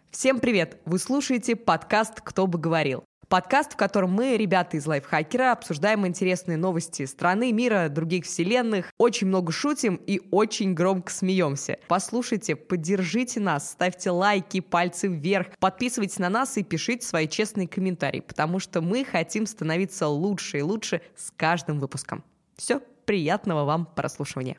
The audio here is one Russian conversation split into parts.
Всем привет! Вы слушаете подкаст «Кто бы говорил». Подкаст, в котором мы, ребята из Лайфхакера, обсуждаем интересные новости страны, мира, других вселенных, очень много шутим и очень громко смеемся. Послушайте, поддержите нас, ставьте лайки, пальцы вверх, подписывайтесь на нас и пишите свои честные комментарии, потому что мы хотим становиться лучше и лучше с каждым выпуском. Все, приятного вам прослушивания.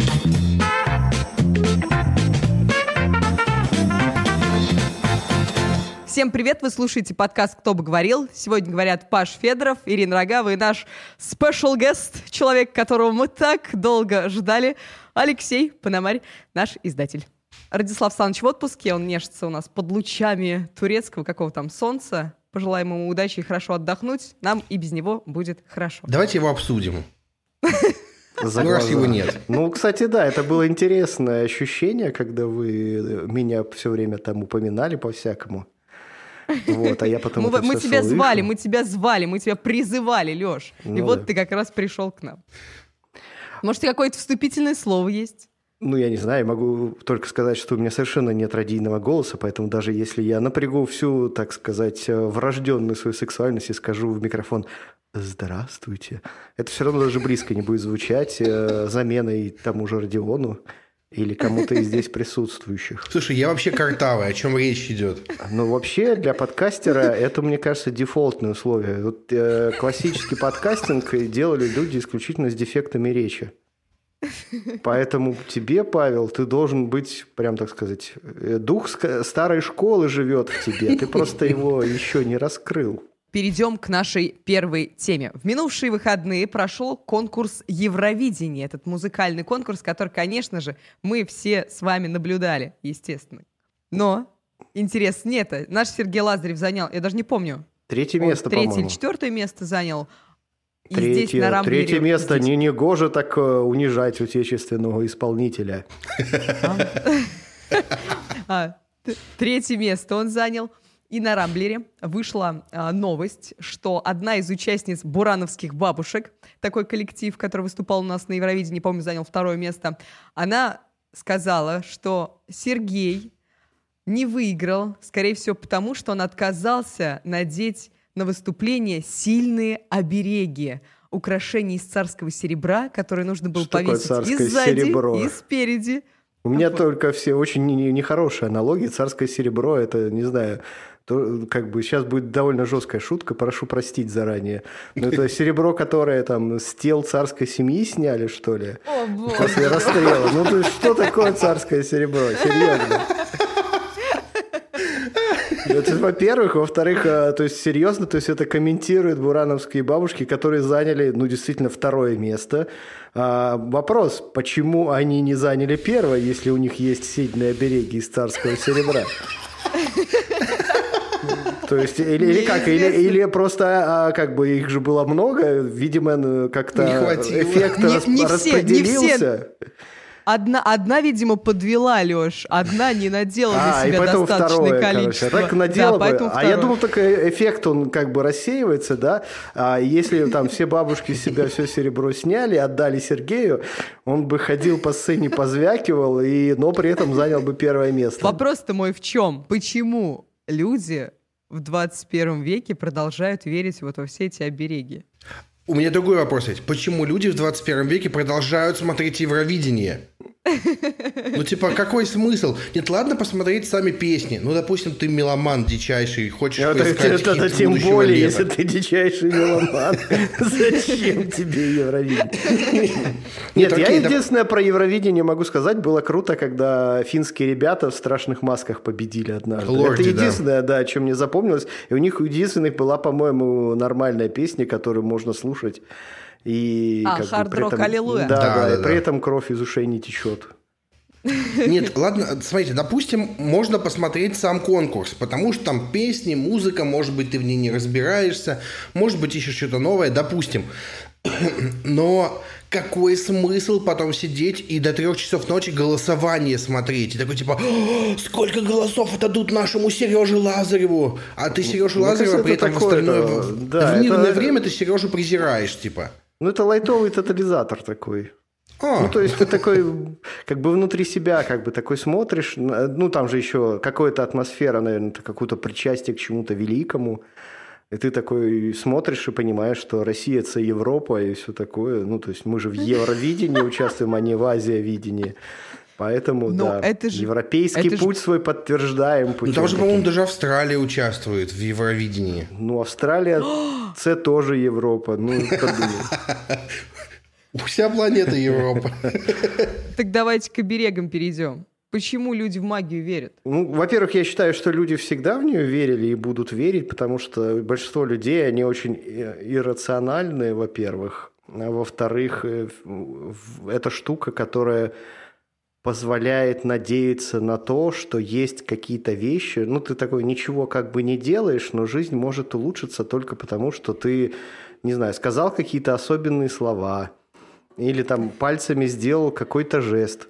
Всем привет, вы слушаете подкаст «Кто бы говорил». Сегодня говорят Паш Федоров, Ирина Рогава и наш special guest, человек, которого мы так долго ждали, Алексей Пономарь, наш издатель. Радислав Саныч в отпуске, он нежится у нас под лучами турецкого какого там солнца. Пожелаем ему удачи и хорошо отдохнуть, нам и без него будет хорошо. Давайте его обсудим. Раз его нет. Ну, кстати, да, это было интересное ощущение, когда вы меня все время там упоминали по-всякому. Вот, а я потом мы тебя звали, мы тебя призывали, Лёш. Ну, и вот ты как раз пришел к нам. Может, какое-то вступительное слово есть? Ну, я не знаю, могу только сказать, что у меня совершенно нет радийного голоса, поэтому даже если я напрягу всю, так сказать, врожденную свою сексуальность и скажу в микрофон «Здравствуйте», это все равно даже близко не будет звучать заменой тому же Родиону или кому-то из здесь присутствующих. Слушай, я вообще картавый, о чем речь идет? Ну, вообще, для подкастера это, мне кажется, дефолтное условие. Вот, классический подкастинг делали люди исключительно с дефектами речи. Поэтому тебе, Павел, ты должен быть, прям так сказать, дух старой школы живет в тебе. Ты просто его еще не раскрыл. Перейдем к нашей первой теме. В минувшие выходные прошел конкурс Евровидения. Этот музыкальный конкурс, который, конечно же, мы все с вами наблюдали, естественно. Но интерес нет. Наш Сергей Лазарев занял, я даже не помню. Третье место, по-моему. Третье или четвертое место занял. И третье, здесь на Рамблере... Третье место. Не гоже так унижать отечественного исполнителя. Третье место он занял. И на Рамблере вышла новость, что одна из участниц «Бурановских бабушек», такой коллектив, который выступал у нас на Евровидении, помню, занял второе место, она сказала, что Сергей не выиграл, скорее всего, потому что он отказался надеть на выступление сильные обереги, украшения из царского серебра, которые нужно было повесить и сзади, и спереди. У меня только все очень нехорошие аналогии. Царское серебро – это, не знаю, как бы сейчас будет довольно жесткая шутка, прошу простить заранее. Но это серебро, которое там с тел царской семьи сняли, что ли? О, боже. После расстрела. Ну, то есть, что такое царское серебро? Серьезно. Это, во-первых. Во-вторых, то есть, серьезно, то есть, это комментируют бурановские бабушки, которые заняли, ну, действительно, второе место. Вопрос, почему они не заняли первое, если у них есть сильные обереги из царского серебра? То есть, или как? Или просто, как бы, их же было много, видимо, как-то эффект распределился. Одна, видимо, подвела, Леш. Одна не надела на себя достаточное количество. Так надела бы. А я думал, только эффект, он как бы рассеивается, да? А если там все бабушки с себя все серебро сняли, отдали Сергею, он бы ходил по сцене, позвякивал, но при этом занял бы первое место. Вопрос-то мой в чем? Почему люди в 21 веке продолжают верить вот во все эти обереги? У меня другой вопрос есть. Почему люди в 21 веке продолжают смотреть Евровидение? Ну, типа, какой смысл? Нет, ладно посмотреть сами песни. Ну, допустим, ты меломан дичайший, хочешь поискать это хит тем будущего более, лета. если ты дичайший меломан. Зачем тебе Евровидение? Нет, я единственное про Евровидение могу сказать, было круто, когда финские ребята в страшных масках победили однажды. Это единственное, да, о чем мне запомнилось. И у них у единственных была, по-моему, нормальная песня, которую можно слушать. Hard Rock Аллилуйя. Да, и при этом кровь из ушей не течет. Нет, ладно, смотрите, допустим, можно посмотреть сам конкурс, потому что там песни, музыка, может быть, ты в ней не разбираешься, может быть, еще что-то новое, допустим. Но какой смысл потом сидеть и до 3 часов ночи голосование смотреть? И такой типа, сколько голосов отдадут нашему Сереже Лазареву? А ты Сережу Лазарева при этом в остальное... В мирное время ты Сережу презираешь, типа. Ну, это лайтовый тотализатор такой. Ну, то есть ты такой, как бы внутри себя, как бы такой смотришь, ну, там же еще какая-то атмосфера, наверное, какое-то причастие к чему-то великому, и ты такой смотришь и понимаешь, что Россия – это Европа и все такое. Ну, то есть мы же в Евровидении участвуем, а не в Азиовидении. Поэтому, да, европейский путь свой подтверждаем. Ну, там же, по-моему, даже Австралия участвует в Евровидении. Ну, Австралия – это тоже Европа. Ну, подумай. Вся планета Европа. Так давайте к оберегам перейдем. Почему люди в магию верят? Ну, во-первых, я считаю, что люди всегда в нее верили и будут верить, потому что большинство людей, они очень иррациональные, во-первых. А во-вторых, это штука, которая позволяет надеяться на то, что есть какие-то вещи. Ну, ты такой ничего как бы не делаешь, но жизнь может улучшиться только потому, что ты, не знаю, сказал какие-то особенные слова или там пальцами сделал какой-то жест.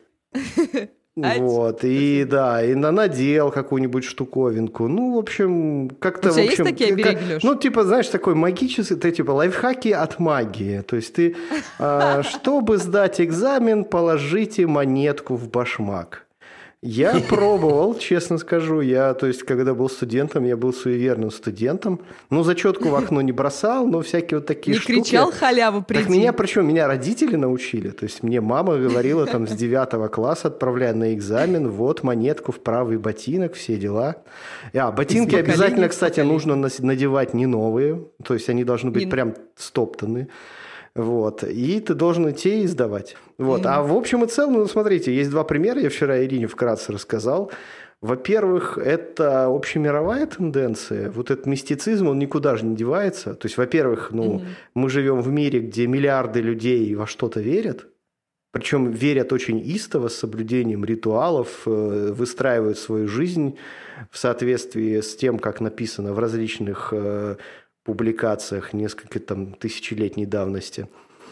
Вот, и да, и надел какую-нибудь штуковинку. Ну, в общем, как-то... У тебя есть такие обереги, Леш? Ну, типа, знаешь, такой магический, ты типа лайфхаки от магии. То есть ты, чтобы сдать экзамен, положите монетку в башмак. Я пробовал, честно скажу. То есть, когда был студентом, я был суеверным студентом. Ну, зачетку в окно не бросал, но всякие вот такие штуки. Не кричал халяву приди. Так меня родители научили. То есть, мне мама говорила там с 9 класса, отправляя на экзамен, вот монетку в правый ботинок, все дела. Ботинки обязательно, кстати, нужно надевать не новые. То есть, они должны быть прям стоптаны. Вот. И ты должен идти и сдавать. Вот. А в общем и целом, ну, смотрите, есть два примера, я вчера Ирине вкратце рассказал. Во-первых, это общемировая тенденция. Вот этот мистицизм, он никуда же не девается. То есть, во-первых, мы живем в мире, где миллиарды людей во что-то верят. Причем верят очень истово, с соблюдением ритуалов, выстраивают свою жизнь в соответствии с тем, как написано в различных публикациях несколько там тысячелетней давности.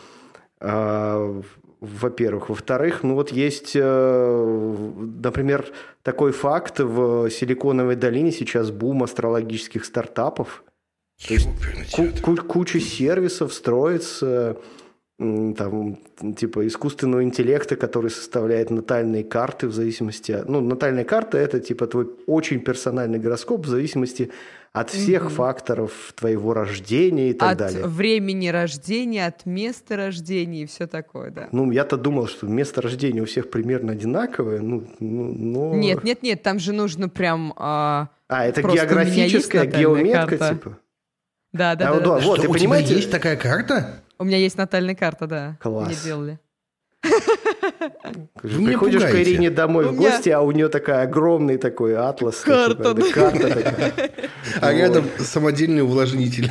Во-первых. Во-вторых, ну вот есть, например, такой факт: в Силиконовой долине сейчас бум астрологических стартапов. То есть куча сервисов строится, там, типа искусственного интеллекта, который составляет натальные карты в зависимости... Ну, натальная карта – это типа твой очень персональный гороскоп в зависимости от всех факторов твоего рождения и так далее. От времени рождения, от места рождения и все такое, да. Ну, я-то думал, что место рождения у всех примерно одинаковое, но... Нет, там же нужно прям... это географическая геометка, карта. Типа? Да. Вот, ты понимаете, у тебя есть такая карта? У меня есть натальная карта, да. Класс. Мне делали. Приходишь к Ирине домой в гости, а у нее такая огромный такой атлас. Карта такая. А рядом самодельный увлажнитель.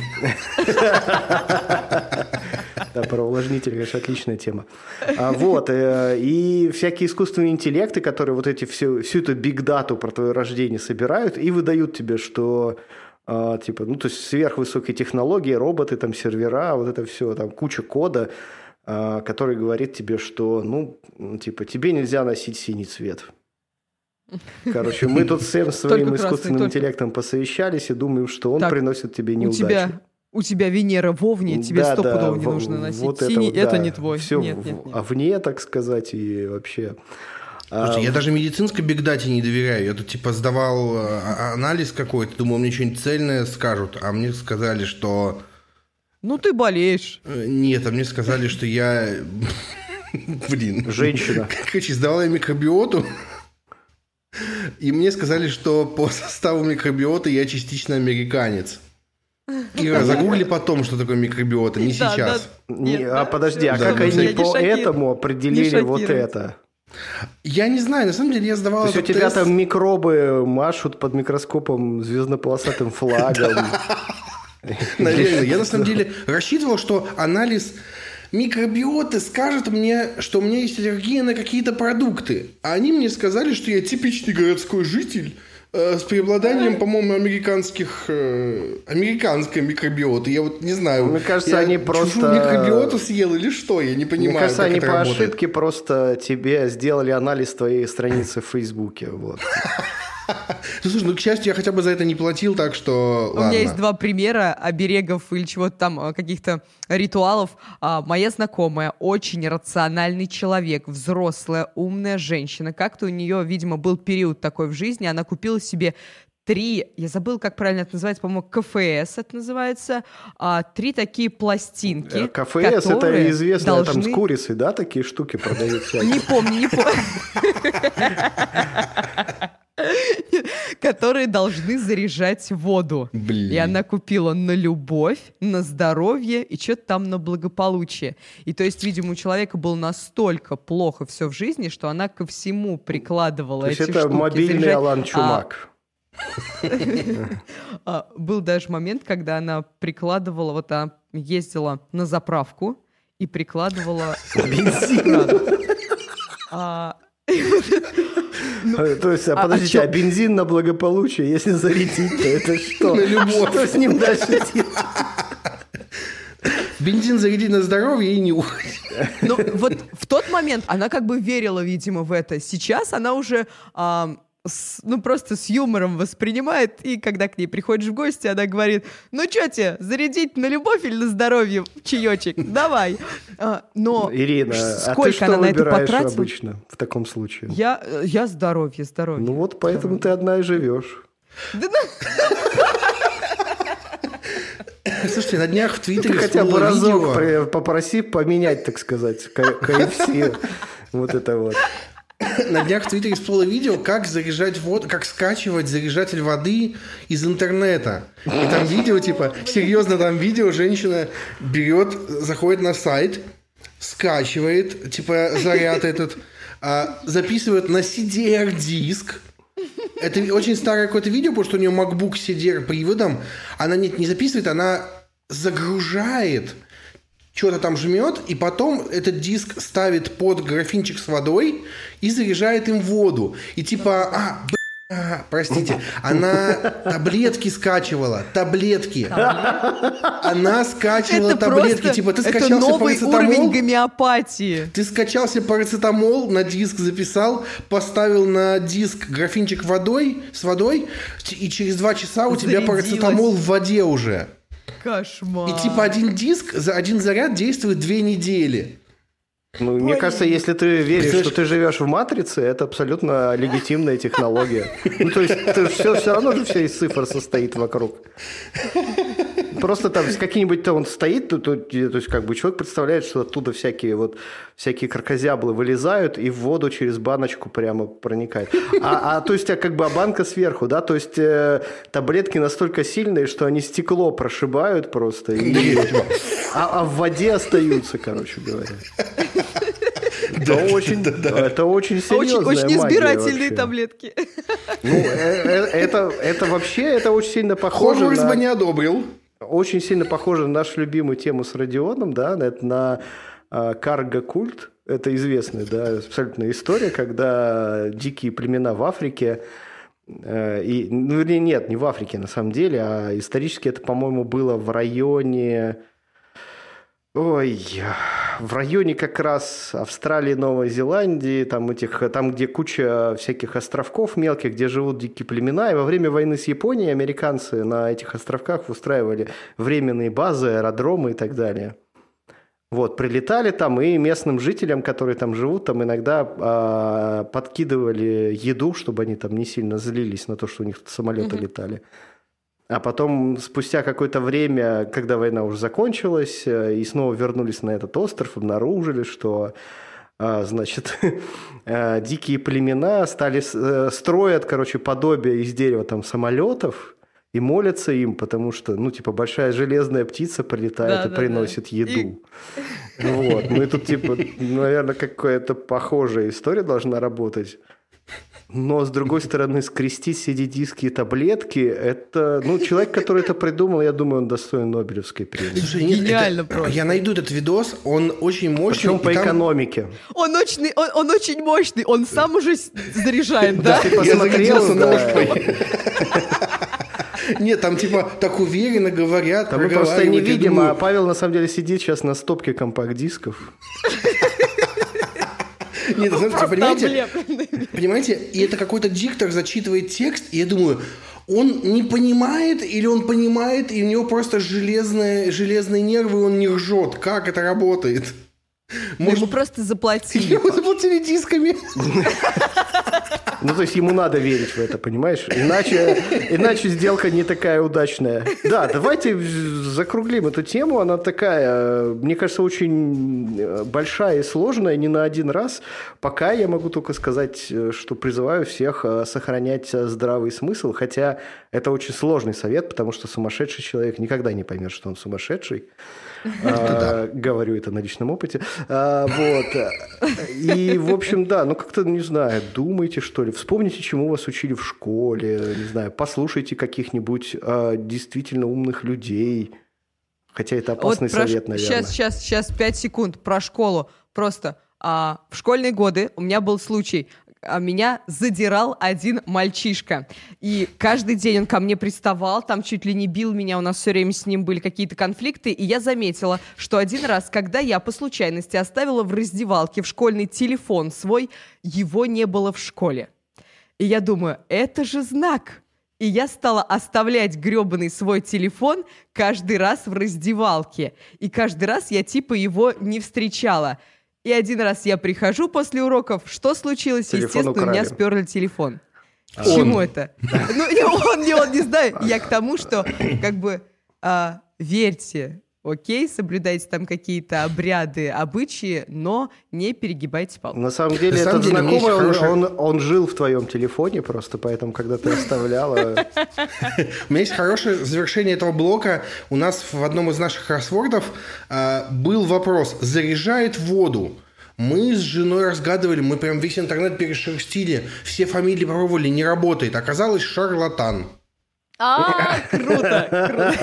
Да, про увлажнитель, конечно, отличная тема. Вот, и всякие искусственные интеллекты, которые вот всю эту биг-дату про твое рождение собирают и выдают тебе, что... типа, ну, то есть сверхвысокие технологии, роботы, там, сервера, вот это все, там, куча кода, который говорит тебе, что, ну, типа, тебе нельзя носить синий цвет. Короче, мы тут с своим искусственным интеллектом посовещались и думаем, что он приносит тебе неудачу. У тебя Венера в Овне, тебе стопудово не нужно носить вот синий, это не твой. Все вне, так сказать, и вообще... Слушайте, я даже медицинской бигдате не доверяю. Я тут типа сдавал анализ какой-то, думал, мне что-нибудь цельное скажут, а мне сказали, что... Ну, ты болеешь. Нет, а мне сказали, что я... Женщина. Короче, сдавал я микробиоту, и мне сказали, что по составу микробиоты я частично американец. Ира, загугли потом, что такое микробиота, не сейчас. Подожди, а как они по этому определили вот это? Я не знаю, на самом деле я сдавал этот тест. То есть у тебя там микробы машут под микроскопом звездно-полосатым флагом. Наверное. Я на самом деле рассчитывал, что анализ микробиоты скажет мне, что у меня есть аллергия на какие-то продукты. А они мне сказали, что я типичный городской житель с преобладанием, по-моему, американской микробиоты. Я вот не знаю. Мне кажется, они просто... чужую микробиоту съел или что? Я не понимаю, мне кажется, как они это по работает. ошибке просто тебе сделали анализ твоей страницы в Фейсбуке. Вот. Ну, слушай, к счастью, я хотя бы за это не платил, так что ладно. У меня есть 2 примера оберегов или чего-то там, каких-то ритуалов. Моя знакомая, очень рациональный человек, взрослая, умная женщина. Как-то у нее, видимо, был период такой в жизни, она купила себе 3, я забыла, как правильно это называется, по-моему, КФС это называется, 3 такие пластинки. КФС это известно, там с курицей, да, такие штуки продают всякие? Не помню. Которые должны заряжать воду. Блин. И она купила на любовь, на здоровье и что-то там на благополучие. И то есть, видимо, у человека было настолько плохо все в жизни, что она ко всему прикладывала эти штуки. То есть это мобильный заряжать. Алан Чумак. Был даже момент, когда она прикладывала, вот она ездила на заправку и прикладывала бензин. То есть, подождите, а бензин на благополучие, если зарядить, то это что? На любовь. Что с ним дальше делать? Бензин зарядить на здоровье и не уходить. Ну, вот в тот момент она как бы верила, видимо, в это. Сейчас она уже... просто с юмором воспринимает, и когда к ней приходишь в гости, она говорит: ну что тебе, зарядить на любовь или на здоровье чаечек? Давай. Но Ирина, а ты что выбираешь обычно в таком случае? Я здоровье. Ну вот поэтому ты одна и живешь. Слушайте, на днях в Твиттере ты хотя бы разок попроси поменять, так сказать, КФС. Вот это вот. На днях в Твиттере всплыло видео, как заряжать воду, как скачивать заряжатель воды из интернета. И там видео, серьезно, там видео, женщина берет, заходит на сайт, скачивает, заряд этот, записывает на CDR-диск. Это очень старое какое-то видео, потому что у нее MacBook с CDR-приводом. Она не записывает, она загружает, что-то там жмет, и потом этот диск ставит под графинчик с водой и заряжает им воду. И простите, она таблетки скачивала. Таблетки. Она скачивала таблетки. Ты скачался это новый парацетамол, уровень гомеопатии. Ты скачался парацетамол, на диск записал, поставил на диск графинчик с водой, и через 2 часа у тебя парацетамол в воде уже. Кошмар. И один заряд действует 2 недели. Ну, мне кажется, если ты веришь, что ты живешь в матрице, это абсолютно легитимная технология. Ну, то есть, все равно же все из цифр состоит вокруг. Просто там какие-нибудь он стоит, то есть, как бы человек представляет, что оттуда всякие кракозяблы вылезают и в воду через баночку прямо проникают. То есть, как бы банка сверху, да, то есть таблетки настолько сильные, что они стекло прошибают просто, а в воде остаются, короче говоря. Это очень серьезная магия. Очень избирательные таблетки. Ну, это вообще, это очень сильно похоже Хогвартс бы не одобрил. Очень сильно похоже на нашу любимую тему с Родионом, да, на карго-культ. Это известная, да, абсолютно история, когда дикие племена в Африке, не в Африке на самом деле, а исторически это, по-моему, было в районе как раз Австралии, Новой Зеландии, там, где куча всяких островков мелких, где живут дикие племена. И во время войны с Японией американцы на этих островках устраивали временные базы, аэродромы и так далее. Вот, прилетали там, и местным жителям, которые там живут, там иногда подкидывали еду, чтобы они там не сильно злились на то, что у них самолеты летали. А потом, спустя какое-то время, когда война уже закончилась, и снова вернулись на этот остров, обнаружили, что, дикие племена строят, подобие из дерева там самолетов и молятся им, потому что, большая железная птица прилетает и приносит еду. Вот. Ну и тут, наверное, какая-то похожая история должна работать. Но, с другой стороны, скрестить CD-диски и таблетки, это... человек, который это придумал, я думаю, он достоин Нобелевской премии. Слушай, гениально просто. Я найду этот видос, он очень мощный. Причем по экономике. Он очень мощный, он сам уже заряжает, да? Я загорелся ножкой. Нет, там так уверенно говорят. Там мы просто не видим, а Павел на самом деле сидит сейчас на стопке компакт-дисков. Нет, понимаете, и это какой-то диктор зачитывает текст, и я думаю, он не понимает или он понимает, и у него просто железные нервы, и он не ржет. Как это работает? Ему просто заплатили. Ему заплатили дисками. Ну, то есть ему надо верить в это, понимаешь? Иначе сделка не такая удачная. Да, давайте закруглим эту тему. Она такая, мне кажется, очень большая и сложная, не на один раз. Пока я могу только сказать, что призываю всех сохранять здравый смысл, хотя это очень сложный совет, потому что сумасшедший человек никогда не поймет, что он сумасшедший. Говорю это на личном опыте. Вот. И, в общем, да, ну как-то, не знаю, думайте, что ли, вспомните, чему вас учили в школе, не знаю, послушайте каких-нибудь действительно умных людей. Хотя это опасный совет, наверное. Сейчас 5 секунд про школу. Просто в школьные годы у меня был случай. Меня задирал один мальчишка. И каждый день он ко мне приставал, там чуть ли не бил меня, у нас все время с ним были какие-то конфликты. И я заметила, что один раз, когда я по случайности оставила в раздевалке в школьный телефон свой, его не было в школе. И я думаю, это же знак. И я стала оставлять гребаный свой телефон каждый раз в раздевалке. И каждый раз я типа его не встречала. И один раз я прихожу после уроков, что случилось? Телефон естественно, украли. У меня сперли телефон. К чему это? Ну, он, не знаю. Я к тому, что, как бы, верьте, окей, соблюдайте там какие-то обряды, обычаи, но не перегибайте палку. На самом деле, этот знакомый, он жил в твоем телефоне просто, поэтому, когда ты оставляла... У меня есть хорошее завершение этого блока. У нас в одном из наших кроссвордов был вопрос. Заряжает воду. Мы с женой разгадывали, мы прям весь интернет перешерстили, все фамилии пробовали, не работает. Оказалось, шарлатан. Круто!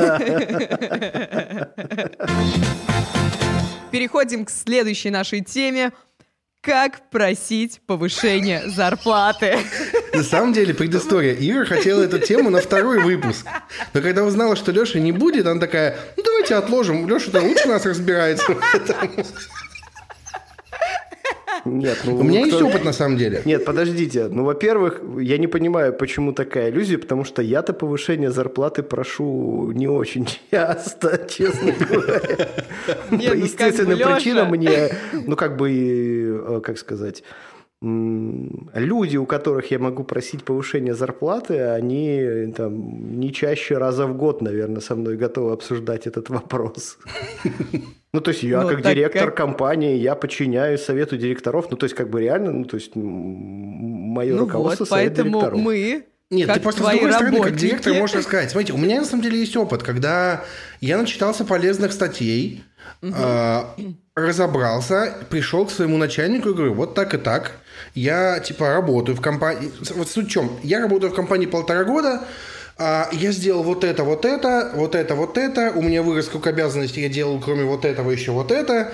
Переходим к следующей нашей теме. Как просить повышение зарплаты? На самом деле, предыстория. Ира хотела эту тему на второй выпуск. Но когда узнала, что Леша не будет, она такая, ну давайте отложим. Леша-то лучше нас разбирается в этом. Нет, у меня есть опыт, на самом деле. Нет, подождите. Ну, во-первых, я не понимаю, почему такая иллюзия, потому что я-то повышение зарплаты прошу не очень часто, честно говоря. По естественным причинам мне, ну, как бы, как сказать... Люди, у которых я могу просить повышение зарплаты, они там не чаще раза в год, наверное, со мной готовы обсуждать этот вопрос. Ну, то есть я как директор компании, я подчиняюсь совету директоров, ну, то есть как бы реально, ну, то есть мое руководство совет директоров. Поэтому мы... Нет, ты просто с другой стороны, как директор, можешь рассказать. Смотрите, у меня на самом деле есть опыт, когда я начитался полезных статей, разобрался, пришел к своему начальнику и говорю, вот так и так, я типа работаю в компании, вот суть в чем, я работаю в компании 1,5 года, я сделал вот это, у меня вырос круг обязанностей, я делал кроме вот этого еще вот это,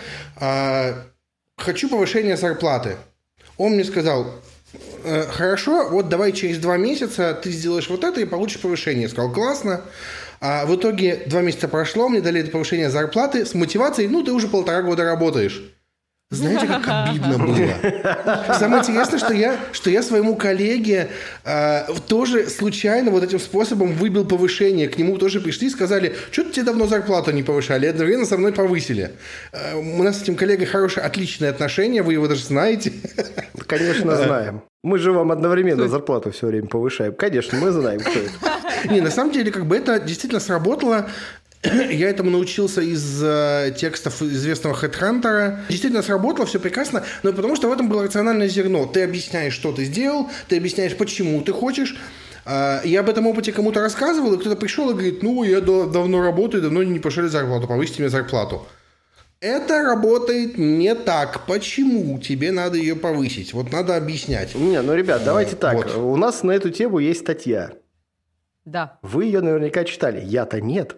хочу повышения зарплаты. Он мне сказал, хорошо, вот давай через 2 месяца ты сделаешь вот это и получишь повышение. Я сказал, классно. А в итоге 2 месяца прошло, мне дали это повышение зарплаты с мотивацией, ну, ты уже 1,5 года работаешь. Знаете, как обидно было? Самое интересное, что я своему коллеге тоже случайно вот этим способом выбил повышение. К нему тоже пришли и сказали, что-то тебе давно зарплату не повышали, и одновременно со мной повысили. У нас с этим коллегой хорошие, отличные отношения, вы его даже знаете. Конечно, знаем. Мы же вам одновременно зарплату все время повышаем. Конечно, мы знаем, кто это. Не, на самом деле, как бы это действительно сработало. Я этому научился из текстов известного HeadHunter. Действительно сработало, все прекрасно, но потому что в этом было рациональное зерно. Ты объясняешь, что ты сделал, ты объясняешь, почему ты хочешь. Я об этом опыте кому-то рассказывал, и кто-то пришел и говорит, ну, я давно работаю, давно не повышали зарплату, повысьте мне зарплату. Это работает не так. Почему тебе надо ее повысить? Вот надо объяснять. Не, ну, ребят, давайте так. Вот. У нас на эту тему есть статья. Да. Вы ее наверняка читали. Я-то нет.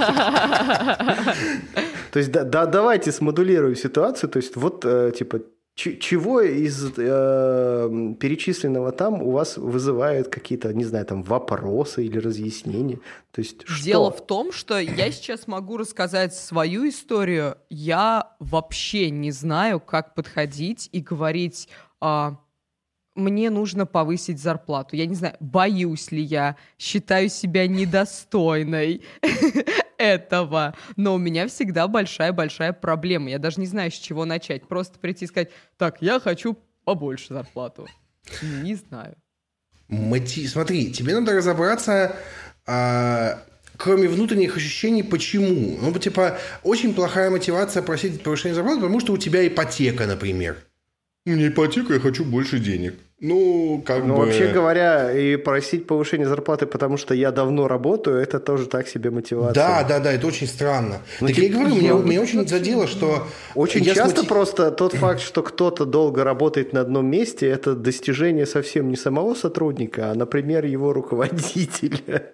То есть давайте смодулируем ситуацию. То есть вот типа Чего из перечисленного там у вас вызывает какие-то, не знаю, там вопросы или разъяснения? То есть Дело в том, что я сейчас могу рассказать свою историю. Я вообще не знаю, как подходить и говорить, мне нужно повысить зарплату. Я не знаю, боюсь ли я, считаю себя недостойной этого. Но у меня всегда большая-большая проблема. Я даже не знаю, с чего начать. Просто прийти и сказать, так, я хочу побольше зарплату. Не знаю. Смотри, тебе надо разобраться, кроме внутренних ощущений, почему. Ну, типа, очень плохая мотивация просить повышения зарплаты, потому что у тебя ипотека, например. У меня ипотека, я хочу больше денег. Ну, вообще говоря, и просить повышение зарплаты, потому что я давно работаю, это тоже так себе мотивация. Да, это очень странно. Так я и говорю, меня очень задело, что... Очень часто просто тот факт, что кто-то долго работает на одном месте, это достижение совсем не самого сотрудника, а, например, его руководителя.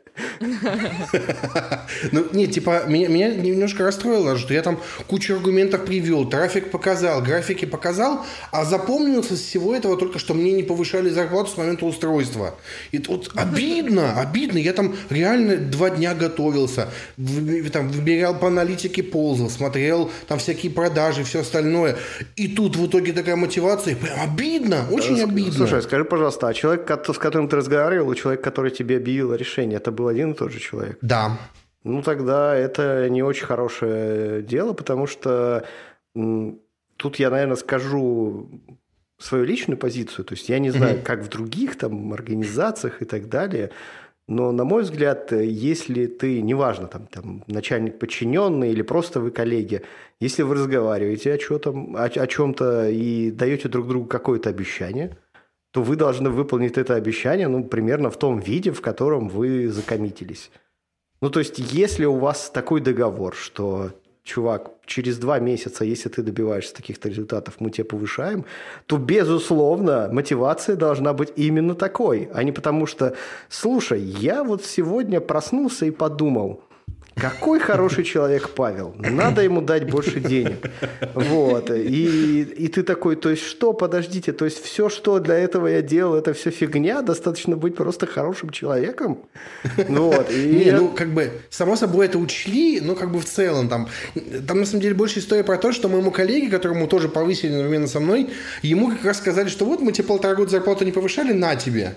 Ну, нет, типа, меня немножко расстроило, что я там кучу аргументов привел, трафик показал, графики показал, а запомнился с всего этого только, что мне не повышали зарплату с момента устройства. И вот обидно. Я там реально 2 дня готовился, выбирал по аналитике, ползал, смотрел там всякие продажи, все остальное. И тут в итоге такая мотивация, прям обидно, очень обидно. Слушай, скажи, пожалуйста, а человек, с которым ты разговаривал, и человек, который тебе объявил решение, это был один и тот же человек? Да. Ну, тогда это не очень хорошее дело, потому что тут я, наверное, скажу свою личную позицию. То есть я не знаю, как в других там организациях и так далее, но, на мой взгляд, если ты, неважно, там начальник подчиненный или просто вы коллеги, если вы разговариваете о чем-то и даете друг другу какое-то обещание, то вы должны выполнить это обещание, примерно в том виде, в котором вы закоммитились. Ну, то есть, если у вас такой договор, что, чувак, через 2 месяца, если ты добиваешься таких-то результатов, мы тебя повышаем, то, безусловно, мотивация должна быть именно такой, а не потому что, слушай, я вот сегодня проснулся и подумал, какой хороший человек Павел, надо ему дать больше денег. Вот. И ты такой, то есть что, подождите, то есть все, что для этого я делал, это все фигня, достаточно быть просто хорошим человеком? Вот. Само собой это учли, но в целом там на самом деле больше история про то, что моему коллеге, которому тоже повысили одновременно со мной, ему как раз сказали, что вот мы тебе 1,5 года зарплату не повышали, на тебе.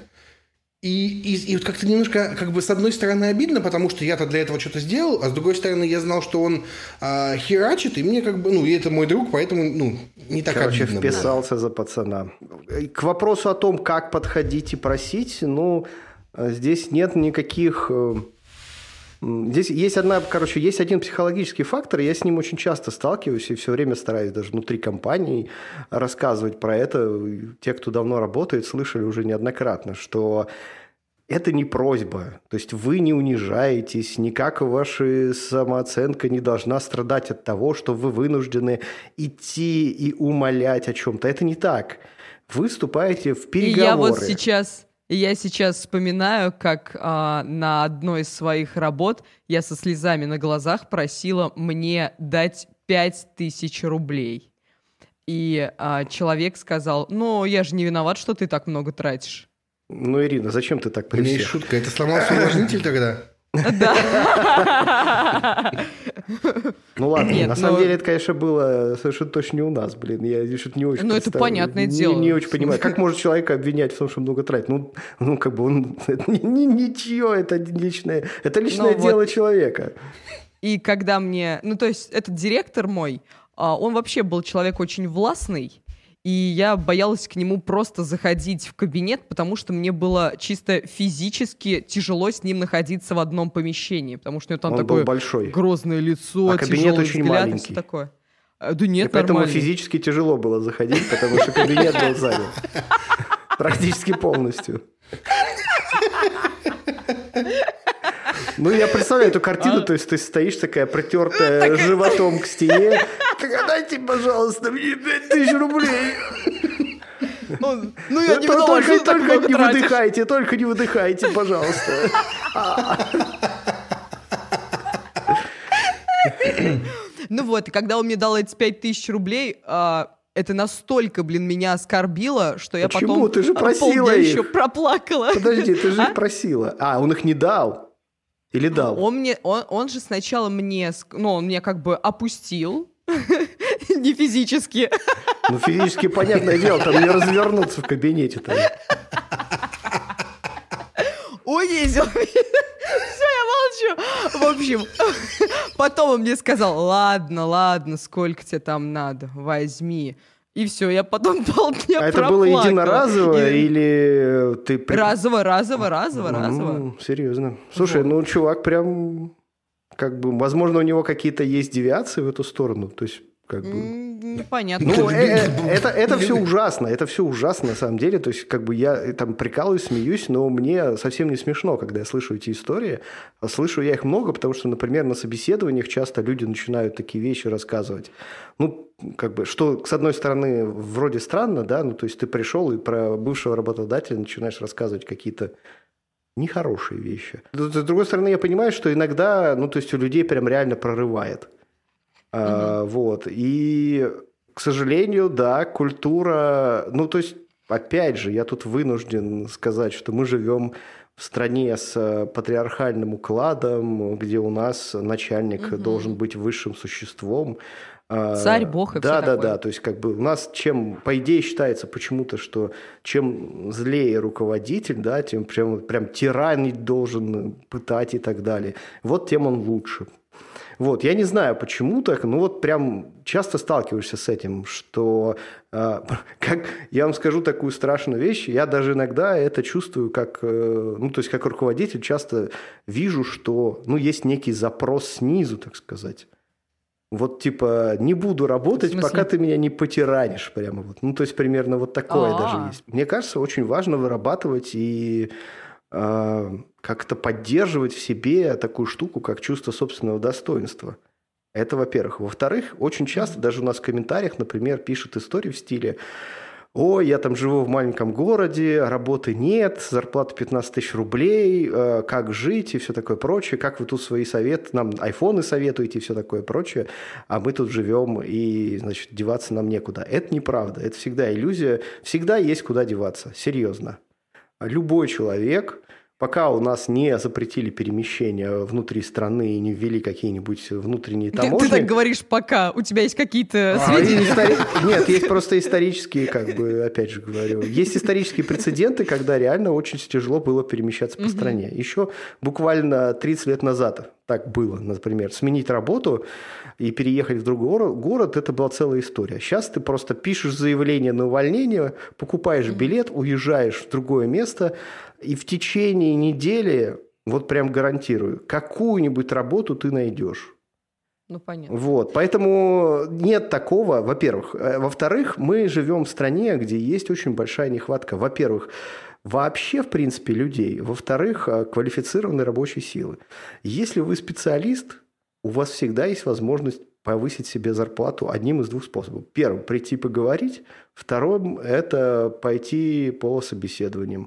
И вот как-то немножко, с одной стороны, обидно, потому что я-то для этого что-то сделал, а с другой стороны, я знал, что он херачит, и мне и это мой друг, поэтому, не так обидно. Вписался за пацана. К вопросу о том, как подходить и просить, здесь нет никаких... Здесь есть один психологический фактор, я с ним очень часто сталкиваюсь и все время стараюсь даже внутри компании рассказывать про это. Те, кто давно работает, слышали уже неоднократно, что это не просьба. То есть вы не унижаетесь, никак ваша самооценка не должна страдать от того, что вы вынуждены идти и умолять о чем-то. Это не так. Вы вступаете в переговоры. И я сейчас вспоминаю, как на одной из своих работ я со слезами на глазах просила мне дать 5000 рублей. И человек сказал, я же не виноват, что ты так много тратишь. Ирина, зачем ты так при всех? У меня есть шутка, это сломался увлажнитель тогда? Да. Ладно, на самом деле это, конечно, было совершенно точно не у нас, я что-то не очень это понятное дело. Не очень понимаю, как может человека обвинять в том, что много тратит? Он это ничье, это личное дело человека. И когда мне, то есть этот директор мой, он вообще был человек очень властный, и я боялась к нему просто заходить в кабинет, потому что мне было чисто физически тяжело с ним находиться в одном помещении, потому что у него там такое большой. Грозное лицо, кабинет очень взгляд маленький. И все такое. Да нет, поэтому нормально. физически тяжело было заходить, потому что кабинет был занят. Практически полностью. Я представляю эту картину, то есть ты стоишь такая протертая животом к стене. Так, дайте, пожалуйста, мне 5000 рублей. Я не виноват, что ты так много тратишь. Только не выдыхайте, пожалуйста. И когда он мне дал эти 5000 рублей, это настолько, меня оскорбило, что я Почему? потом Ты же просила полдня их. еще проплакала. Подожди, ты же их просила. Он их не дал? Или дал? Он же сначала мне, он меня как бы опустил, не физически. Ну, физически, понятное дело, там не развернуться в кабинете-то. Унизил меня. Все, я молчу. В общем, потом он мне сказал, ладно, сколько тебе там надо, возьми. И все, я потом полдня проплакала. Это было единоразово или ты... Разово. Серьезно. Слушай, чувак прям... Как бы, возможно, у него какие-то есть девиации в эту сторону. То есть, как бы... Непонятно. Это все ужасно. Это все ужасно, на самом деле. То есть, как бы я там прикалываюсь, смеюсь, но мне совсем не смешно, когда я слышу эти истории. А слышу я их много, потому что, например, на собеседованиях часто люди начинают такие вещи рассказывать. Как бы, что, с одной стороны, вроде странно, да, то есть ты пришел и про бывшего работодателя начинаешь рассказывать какие-то нехорошие вещи. С другой стороны, я понимаю, что иногда, то есть у людей прям реально прорывает. Вот. И, к сожалению, да, культура... то есть, опять же, я тут вынужден сказать, что мы живем в стране с патриархальным укладом, где у нас начальник должен быть высшим существом. Царь, бог и все такое. Да. То есть, как бы у нас по идее, считается почему-то, что чем злее руководитель, да, тем прям тиранить должен, пытать и так далее. Вот тем он лучше. Вот, я не знаю, почему так, прям часто сталкиваешься с этим, что, как я вам скажу такую страшную вещь, я даже иногда это чувствую как, то есть как руководитель часто вижу, что, есть некий запрос снизу, так сказать. Вот типа не буду работать, пока ты меня не потиранишь прямо вот. То есть примерно вот такое даже есть. Мне кажется, очень важно вырабатывать и как-то поддерживать в себе такую штуку, как чувство собственного достоинства. Это, во-первых. Во-вторых, очень часто даже у нас в комментариях, например, пишут истории в стиле: «Ой, я там живу в маленьком городе, работы нет, зарплата 15 тысяч рублей, как жить?» и все такое прочее. «Как вы тут свои советы, нам айфоны советуете?» и все такое прочее. А мы тут живем, и, значит, деваться нам некуда. Это неправда. Это всегда иллюзия. Всегда есть куда деваться. Серьезно. Любой человек... Пока у нас не запретили перемещение внутри страны и не ввели какие-нибудь внутренние таможни... Ты так говоришь «пока». У тебя есть какие-то сведения? Нет, есть просто исторические, как бы, опять же говорю. Есть исторические прецеденты, когда реально очень тяжело было перемещаться по стране. Еще буквально 30 лет назад так было, например. Сменить работу и переехать в другой город – это была целая история. Сейчас ты просто пишешь заявление на увольнение, покупаешь билет, уезжаешь в другое место, и в течение недели, вот прям гарантирую, какую-нибудь работу ты найдешь. Понятно. Вот, поэтому нет такого, во-первых. Во-вторых, мы живем в стране, где есть очень большая нехватка, во-первых, вообще, в принципе, людей. Во-вторых, квалифицированной рабочей силы. Если вы специалист, у вас всегда есть возможность повысить себе зарплату одним из двух способов. Первым – прийти поговорить. Вторым – это пойти по собеседованиям.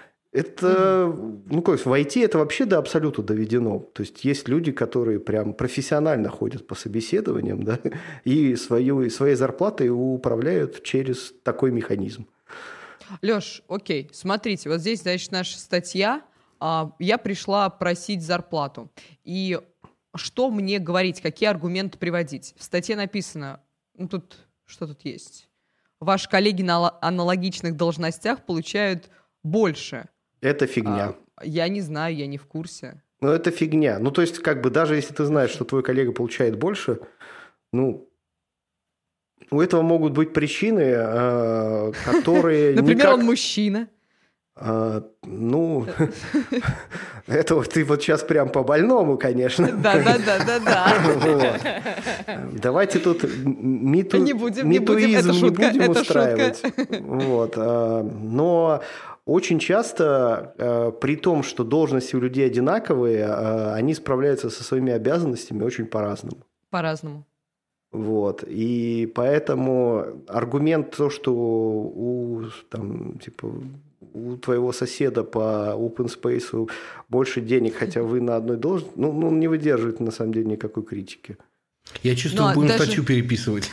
Это, в IT это вообще до абсолюта доведено. То есть, есть люди, которые прям профессионально ходят по собеседованиям, да, и своей зарплатой управляют через такой механизм. Лёш, окей, смотрите, вот здесь, значит, наша статья. Я пришла просить зарплату. И что мне говорить, какие аргументы приводить? В статье написано, что тут есть? Ваши коллеги на аналогичных должностях получают больше. Это фигня. Я не знаю, я не в курсе. Это фигня. То есть, как бы, даже если ты знаешь, что твой коллега получает больше, у этого могут быть причины, которые... Например, он мужчина. Это вот ты вот сейчас прям по-больному, конечно. Да. Давайте тут митуизм не будем устраивать. Но очень часто, при том, что должности у людей одинаковые, они справляются со своими обязанностями очень по-разному. По-разному. Вот. И поэтому аргумент то, что у твоего соседа по open space больше денег, хотя вы на одной должности, он не выдерживает на самом деле никакой критики. Я чувствую, будем статью переписывать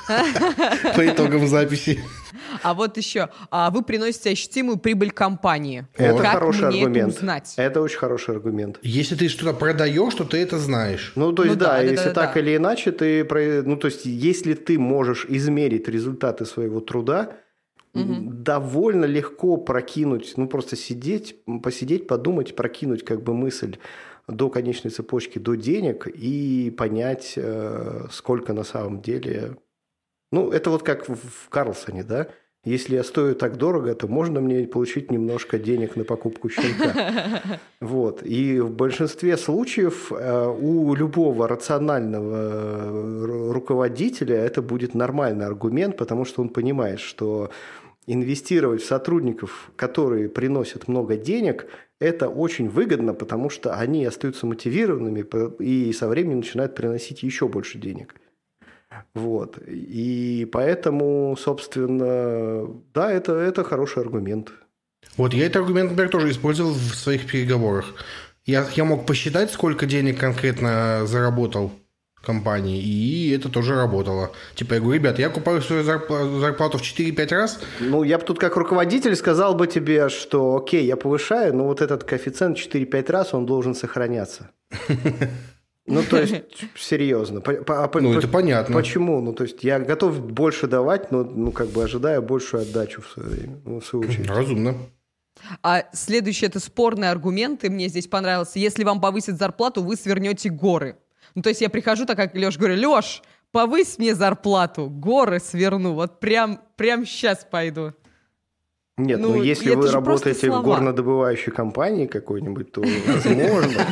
по итогам записи. А вот еще, вы приносите ощутимую прибыль компании. Это как хороший мне аргумент. это узнать? Это очень хороший аргумент. Если ты что-то продаешь, то ты это знаешь. Ну, то есть, да, если да, так да. или иначе, ну, то есть, если ты можешь измерить результаты своего труда, довольно легко прокинуть, ну, просто посидеть, подумать, прокинуть как бы мысль до конечной цепочки, до денег и понять, сколько на самом деле... Ну, это вот как в Карлсоне, да? Если я стою так дорого, то можно мне получить немножко денег на покупку щенка. Вот. И в большинстве случаев у любого рационального руководителя это будет нормальный аргумент, потому что он понимает, что инвестировать в сотрудников, которые приносят много денег, это очень выгодно, потому что они остаются мотивированными и со временем начинают приносить еще больше денег. Вот. И поэтому, собственно, да, это хороший аргумент. Вот я этот аргумент, например, тоже использовал в своих переговорах. Я мог посчитать, сколько денег конкретно заработал компании, и это тоже работало. Типа, я говорю, ребят, я купаю свою зарплату в 4-5 раз. Ну, я бы тут как руководитель сказал бы тебе, что окей, я повышаю, но вот этот коэффициент 4-5 раз, он должен сохраняться. Ну, то есть, серьезно. Это понятно. Почему? Ну, то есть, я готов больше давать, но как бы ожидаю большую отдачу в свою очередь. Разумно. А следующий – это спорные аргументы. Мне здесь понравился. Если вам повысят зарплату, вы свернете горы. Ну, то есть, я прихожу, так как Леш, говорю, Леш, повысь мне зарплату, горы сверну. Вот прям сейчас пойду. Нет, ну если вы работаете в горнодобывающей компании какой-нибудь, то возможно.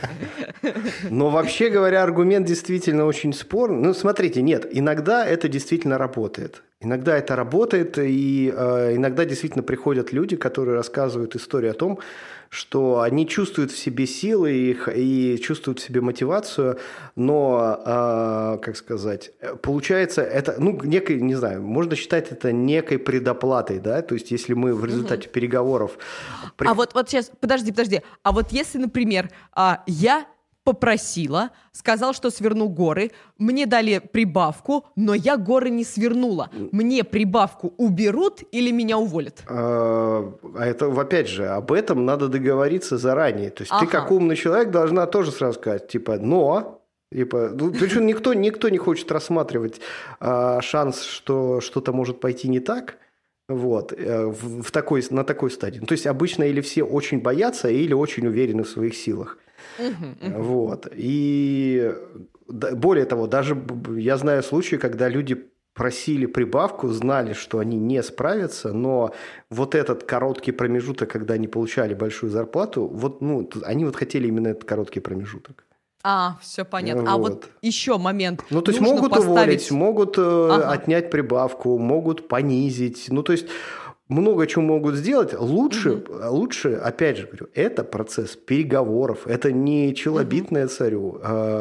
Но вообще говоря, аргумент действительно очень спорный. Ну, смотрите, нет, иногда это действительно работает. Иногда это работает, и иногда действительно приходят люди, которые рассказывают историю о том, что они чувствуют в себе силы и чувствуют в себе мотивацию, но, как сказать, получается, это, ну, некой, не знаю, можно считать это некой предоплатой, да, то есть если мы в результате переговоров... А вот сейчас, подожди, а вот если, например, я попросила, сказал, что сверну горы, мне дали прибавку, но я горы не свернула. Мне прибавку уберут или меня уволят? А это, опять же, об этом надо договориться заранее. То есть ты как умный человек должна тоже сразу сказать, типа, но... Причем никто не хочет рассматривать шанс, что что-то может пойти не так. Вот, на такой стадии. То есть обычно или все очень боятся, или очень уверены в своих силах. Вот. И более того, даже я знаю случаи, когда люди просили прибавку, знали, что они не справятся, но вот этот короткий промежуток, когда они получали большую зарплату, вот, ну, они вот хотели именно этот короткий промежуток. Все понятно. Вот. А вот еще момент. Ну, то есть могут уволить, могут отнять прибавку, могут понизить. Ну, то есть много чего могут сделать. Лучше, опять же говорю, это процесс переговоров, это не челобитное царю.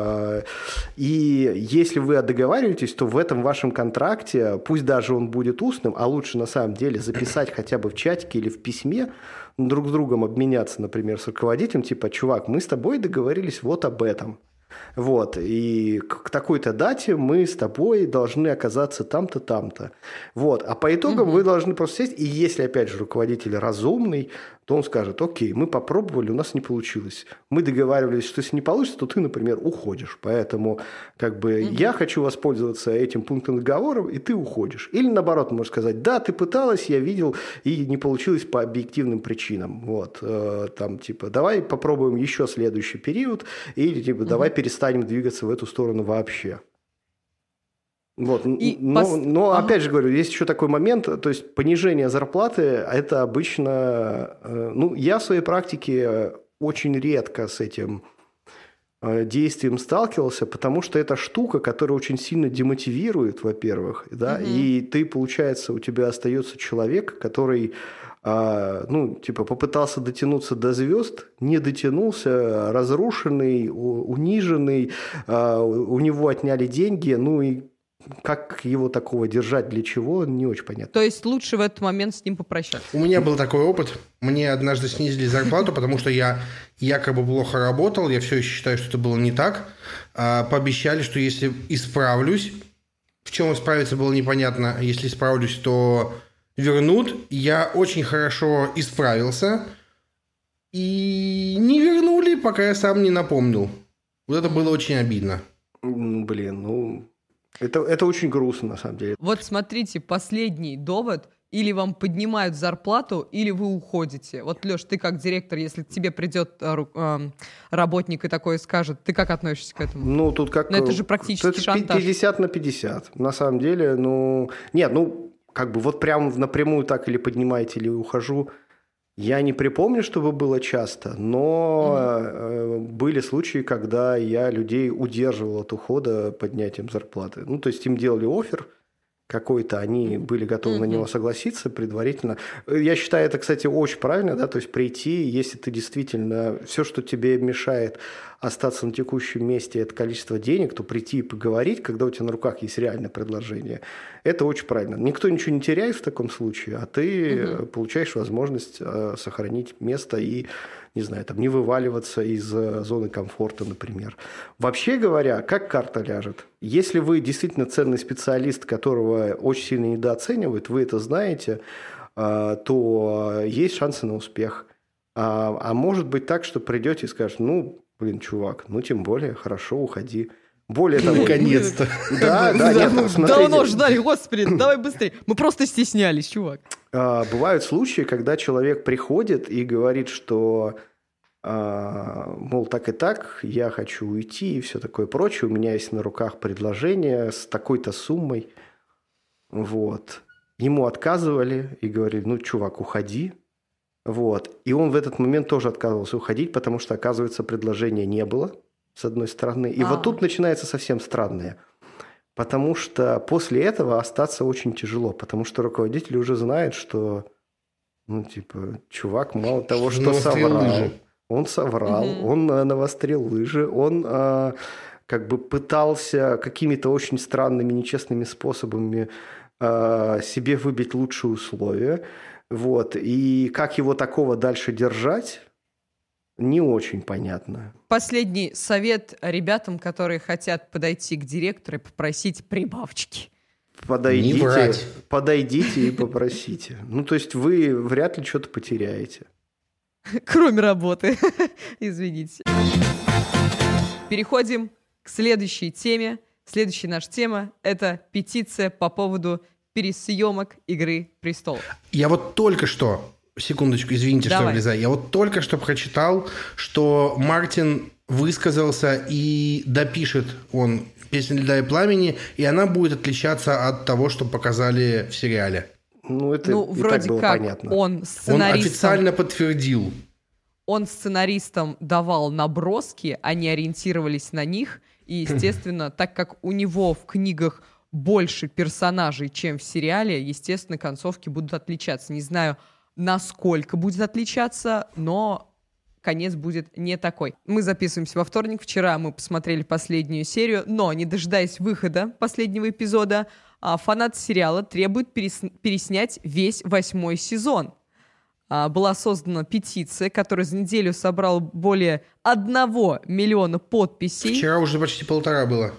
И если вы договариваетесь, то в этом вашем контракте, пусть даже он будет устным, а лучше на самом деле записать хотя бы в чатике или в письме, друг с другом обменяться, например, с руководителем, типа, чувак, мы с тобой договорились вот об этом. Вот, и к такой-то дате мы с тобой должны оказаться там-то, там-то. Вот, а по итогам вы должны просто сесть, и если, опять же, руководитель разумный, то он скажет, окей, мы попробовали, у нас не получилось. Мы договаривались, что если не получится, то ты, например, уходишь. Поэтому, как бы, я хочу воспользоваться этим пунктом договора, и ты уходишь. Или, наоборот, можешь сказать, да, ты пыталась, я видел, и не получилось по объективным причинам. Вот, там, типа, давай попробуем еще следующий период, или, типа, давай перестанем двигаться в эту сторону вообще. Вот. Но опять же говорю, есть еще такой момент, то есть понижение зарплаты, это обычно, ну, я в своей практике очень редко с этим действием сталкивался, потому что это штука, которая очень сильно демотивирует, во-первых, да, и ты, получается, у тебя остается человек, который, ну, типа, попытался дотянуться до звезд, не дотянулся, разрушенный, униженный, у него отняли деньги, ну и как его такого держать, для чего, не очень понятно. То есть лучше в этот момент с ним попрощаться? У меня был такой опыт. Мне однажды снизили зарплату, потому что я якобы плохо работал. Я все еще считаю, что это было не так. Пообещали, что если исправлюсь, в чем исправиться было непонятно. Если исправлюсь, то вернут. Я очень хорошо исправился. И не вернули, пока я сам не напомнил. Вот это было очень обидно. Это очень грустно, на самом деле. Вот смотрите, последний довод. Или вам поднимают зарплату, или вы уходите. Вот, Леш, ты как директор, если к тебе придет работник и такой скажет, ты как относишься к этому? Ну, тут как... Но это же практически это шантаж. 50 на 50. На самом деле, Нет, как бы вот прям напрямую так или поднимаете, или ухожу. Я не припомню, чтобы было часто, но были случаи, когда я людей удерживал от ухода поднятием зарплаты. Ну, то есть им делали оффер какой-то, они были готовы на него согласиться предварительно. Я считаю, это, кстати, очень правильно, да, то есть прийти, если ты действительно все, что тебе мешает остаться на текущем месте, это количество денег, то прийти и поговорить, когда у тебя на руках есть реальное предложение, это очень правильно. Никто ничего не теряет в таком случае, а ты получаешь возможность сохранить место и, не знаю, там, не вываливаться из зоны комфорта, например. Вообще говоря, как карта ляжет? Если вы действительно ценный специалист, которого очень сильно недооценивают, вы это знаете, то есть шансы на успех. А может быть так, что придете и скажете, чувак, тем более, хорошо, уходи. Более того... Наконец-то. Да, нет, смотрите. Давно ждали, господи, давай быстрее. Мы просто стеснялись, чувак. Бывают случаи, когда человек приходит и говорит, что, мол, так и так, я хочу уйти и все такое прочее, у меня есть на руках предложение с такой-то суммой. Вот. Ему отказывали и говорили, чувак, уходи. Вот. И он в этот момент тоже отказывался уходить, потому что, оказывается, предложения не было, с одной стороны. И вот тут начинается совсем странное. Потому что после этого остаться очень тяжело, потому что руководитель уже знает, что, чувак мало того, что соврал, он соврал, он навострил лыжи, он как бы пытался какими-то очень странными, нечестными способами себе выбить лучшие условия. Вот. И как его такого дальше держать, не очень понятно. Последний совет ребятам, которые хотят подойти к директору и попросить прибавочки. Подойдите и попросите. То есть вы вряд ли что-то потеряете. Кроме работы. Извините. Переходим к следующей теме. Следующая наша тема – это петиция по поводу пересъемок «Игры престолов». Я вот только что, секундочку, извините, что я влезаю, я вот только что прочитал, что Мартин высказался и допишет он «Песню льда и пламени», и она будет отличаться от того, что показали в сериале. Это и вроде так было как понятно. Он официально подтвердил. Он сценаристам давал наброски, они ориентировались на них, и, естественно, так как у него в книгах больше персонажей, чем в сериале, естественно, концовки будут отличаться. Не знаю, насколько будет отличаться, но конец будет не такой. Мы записываемся во вторник. Вчера мы посмотрели последнюю серию, но, не дожидаясь выхода последнего эпизода, фанаты сериала требуют переснять весь 8 сезон. Была создана петиция, которая за неделю собрала более 1 миллиона подписей. Вчера уже почти 1,5 было.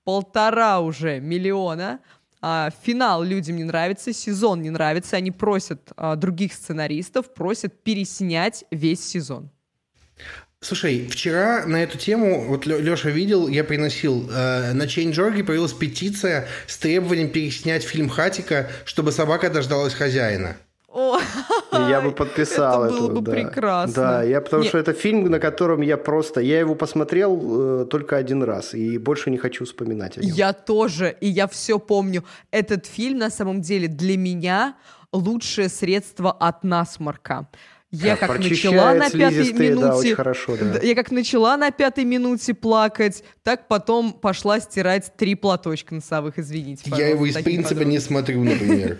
1,5 миллиона. Финал людям не нравится, сезон не нравится. Они просят других сценаристов, просят переснять весь сезон. Слушай, вчера на эту тему, вот Леша видел, я приносил, на Change.org появилась петиция с требованием переснять фильм «Хатико», чтобы собака дождалась хозяина. Я бы подписал это. Это было бы прекрасно. Да, потому что это фильм, на котором я его посмотрел только 1 раз, и больше не хочу вспоминать о нем. Я тоже, и я все помню. Этот фильм, на самом деле, для меня лучшее средство от насморка. Я как начала на 5-й минуте, да, очень хорошо, да. Я как начала на 5-й минуте плакать, так потом пошла стирать 3 платочка носовых, извините. Я его из принципа не смотрю, например.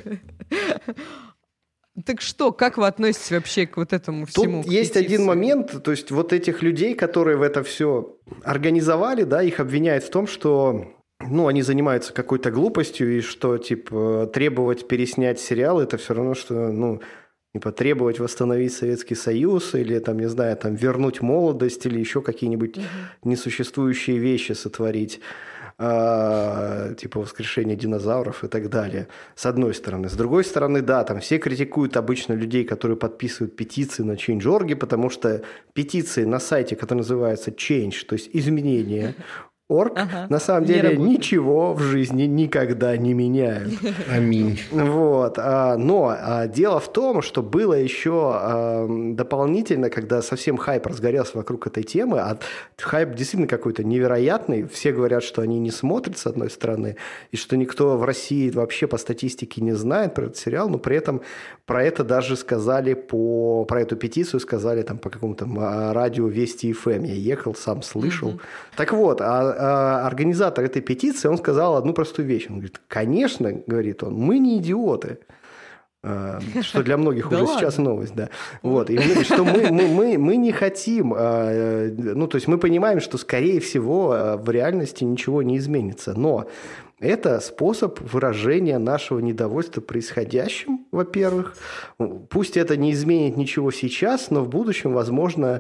Так что, как вы относитесь вообще к вот этому всему? Тут есть один момент, то есть вот этих людей, которые в это все организовали, да, их обвиняют в том, что ну, они занимаются какой-то глупостью, и что, типа, требовать переснять сериал, это все равно, что, ну, типа, требовать восстановить Советский Союз или, там, не знаю, там, вернуть молодость или еще какие-нибудь несуществующие вещи сотворить, типа воскрешение динозавров и так далее, с одной стороны. С другой стороны, да, там все критикуют обычно людей, которые подписывают петиции на Change.org, потому что петиции на сайте, который называется Change, то есть изменение, орг, на самом деле ничего в жизни никогда не меняют. Аминь. Вот. Но дело в том, что было еще дополнительно, когда совсем хайп разгорелся вокруг этой темы, а хайп действительно какой-то невероятный, все говорят, что они не смотрят, с одной стороны, и что никто в России вообще по статистике не знает про этот сериал, но при этом про это даже сказали про эту петицию сказали там по какому-то радио Вести ФМ. Я ехал, сам слышал. Так вот, организатор этой петиции, он сказал одну простую вещь. Он говорит, конечно, говорит он, мы не идиоты. Что для многих уже сейчас новость, да. Вот. И он говорит, что мы не хотим, ну, то есть мы понимаем, что, скорее всего, в реальности ничего не изменится. Но это способ выражения нашего недовольства происходящим, во-первых. Пусть это не изменит ничего сейчас, но в будущем, возможно,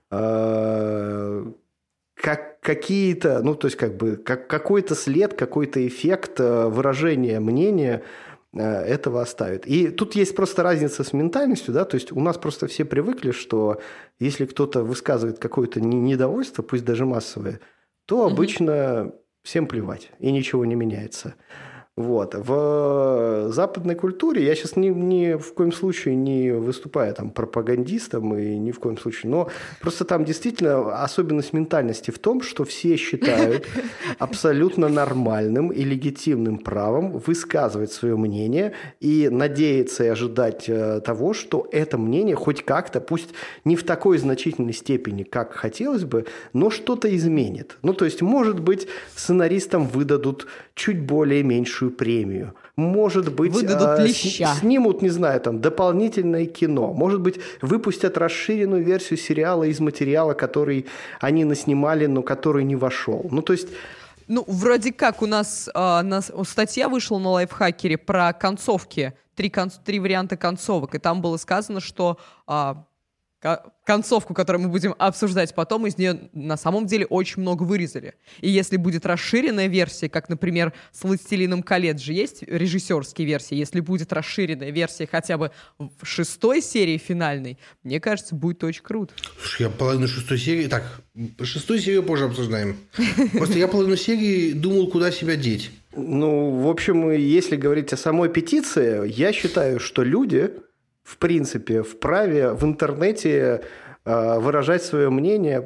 какие-то, ну, то есть как бы какой-то след, какой-то эффект выражения мнения этого оставит. И тут есть просто разница с ментальностью, да, то есть у нас просто все привыкли, что если кто-то высказывает какое-то недовольство, пусть даже массовое, то обычно всем плевать, и ничего не меняется. Вот. В западной культуре, я сейчас ни в коем случае не выступаю там пропагандистом, и ни в коем случае, но просто там действительно особенность ментальности в том, что все считают абсолютно нормальным и легитимным правом высказывать свое мнение и надеяться и ожидать того, что это мнение хоть как-то, пусть не в такой значительной степени, как хотелось бы, но что-то изменит. Ну, то есть, может быть, сценаристам выдадут чуть более меньшую премию. Может быть, снимут, не знаю, там, дополнительное кино. Может быть, выпустят расширенную версию сериала из материала, который они наснимали, но который не вошел. Ну, то есть... Ну, вроде как у нас статья вышла на Лайфхакере про концовки. Три варианта концовок. И там было сказано, что... концовку, которую мы будем обсуждать потом, из нее на самом деле очень много вырезали. И если будет расширенная версия, как, например, с «Властелином колец» же есть режиссерские версии, если будет расширенная версия хотя бы в 6-й серии финальной, мне кажется, будет очень круто. Слушай, я половину 6-й серии... Так, 6-ю серию позже обсуждаем. Просто я половину серии думал, куда себя деть. Ну, в общем, если говорить о самой петиции, я считаю, что люди... в принципе, вправе в интернете выражать свое мнение,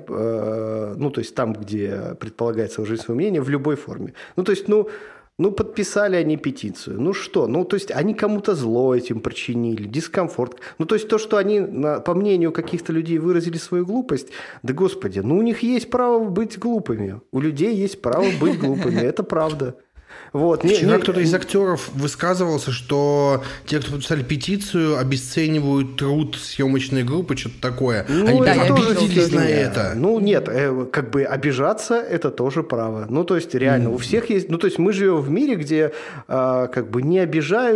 ну, то есть там, где предполагается выражать свое мнение, в любой форме. Ну, то есть, ну, подписали они петицию. Ну, что? Ну, то есть, они кому-то зло этим причинили, дискомфорт. Ну, то есть, то, что они, по мнению каких-то людей, выразили свою глупость, да, господи, ну, у них есть право быть глупыми. У людей есть право быть глупыми. Это правда. Вот. Вчера кто-то из актеров высказывался, что те, кто подписали петицию, обесценивают труд съемочной группы, что-то такое. Ну, они да, тоже обиделись на это. Ну, нет, как бы обижаться – это тоже право. Ну, то есть, реально, у всех есть… Ну, то есть, мы живем в мире, где как бы не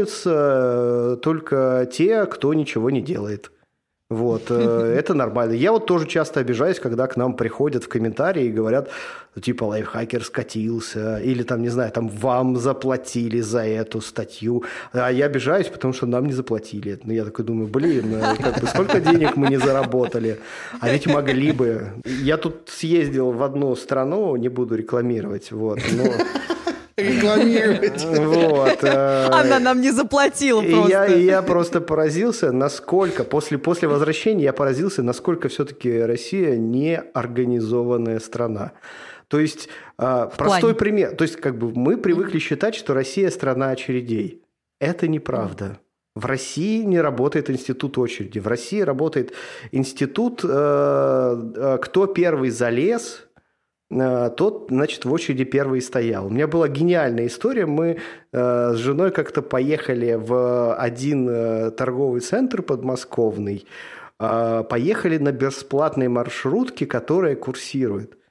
обижаются только те, кто ничего не делает. Вот, это нормально. Я вот тоже часто обижаюсь, когда к нам приходят в комментарии и говорят, типа, лайфхакер скатился, или там, не знаю, там, вам заплатили за эту статью. А я обижаюсь, потому что нам не заплатили. Ну, я такой думаю, блин, как бы сколько денег мы не заработали, а ведь могли бы. Я тут съездил в одну страну, не буду рекламировать, вот, но... Рекламировать. Вот. Она нам не заплатила просто. И я просто поразился, насколько, после возвращения я поразился, насколько все-таки Россия не организованная страна. То есть, простой пример. То есть, как бы мы привыкли считать, что Россия страна очередей. Это неправда. В России не работает институт очереди. В России работает институт, кто первый залез, тот, значит, в очереди первый стоял. У меня была гениальная история. Мы с женой как-то поехали в один торговый центр подмосковный, поехали на бесплатной маршрутке, которая курсирует.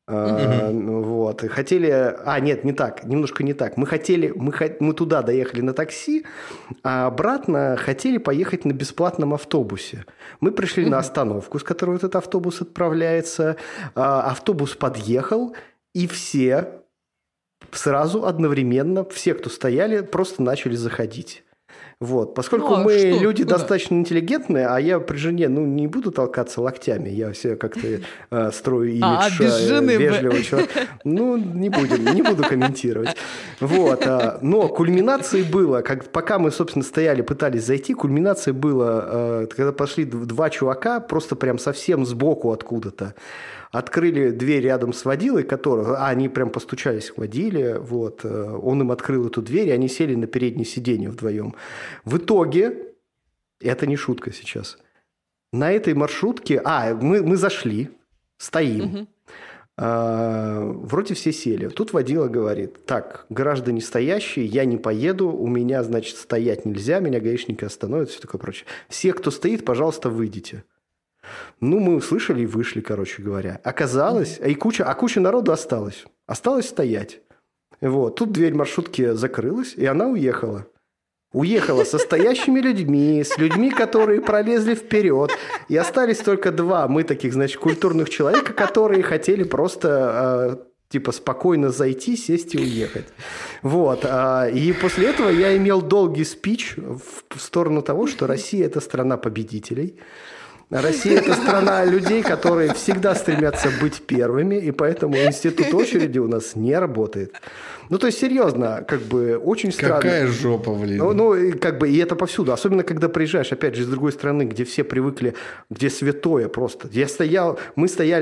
Вот. И хотели... нет, не так. Немножко не так. Мы туда доехали на такси, а обратно хотели поехать на бесплатном автобусе. Мы пришли на остановку, с которой этот автобус отправляется. Автобус подъехал, и все сразу одновременно, все, кто стояли, просто начали заходить. Вот. Поскольку мы люди достаточно интеллигентные, а я при жене не буду толкаться локтями, я все как-то строю имидж вежливого человека. Не буду комментировать. Вот. Но кульминацией было, пока мы, собственно, стояли, пытались зайти, кульминацией было, когда пошли два чувака, просто прям совсем сбоку откуда-то, открыли дверь рядом с водилой, они прям постучались к водиле, вот, он им открыл эту дверь, и они сели на переднее сиденье вдвоем. В итоге, это не шутка сейчас, на этой маршрутке, мы зашли, стоим, вроде все сели. Тут водила говорит: так, граждане стоящие, я не поеду, у меня, значит, стоять нельзя, меня гаишники остановят, все такое прочее. Все, кто стоит, пожалуйста, выйдите. Мы услышали и вышли, короче говоря. Оказалось, куча народу осталось. Осталось стоять. Вот. Тут дверь маршрутки закрылась, и она уехала. Уехала со стоящими людьми, с людьми, которые пролезли вперед. И остались только два, мы таких, значит, культурных человека, которые хотели просто... спокойно зайти, сесть и уехать. Вот. И после этого я имел долгий спич в сторону того, что Россия – это страна победителей. Россия – это страна людей, которые всегда стремятся быть первыми, и поэтому институт очереди у нас не работает. То есть, серьезно, очень странно. Какая жопа, блин. И это повсюду. Особенно, когда приезжаешь, опять же, из другой страны, где все привыкли, где святое просто. Мы стояли,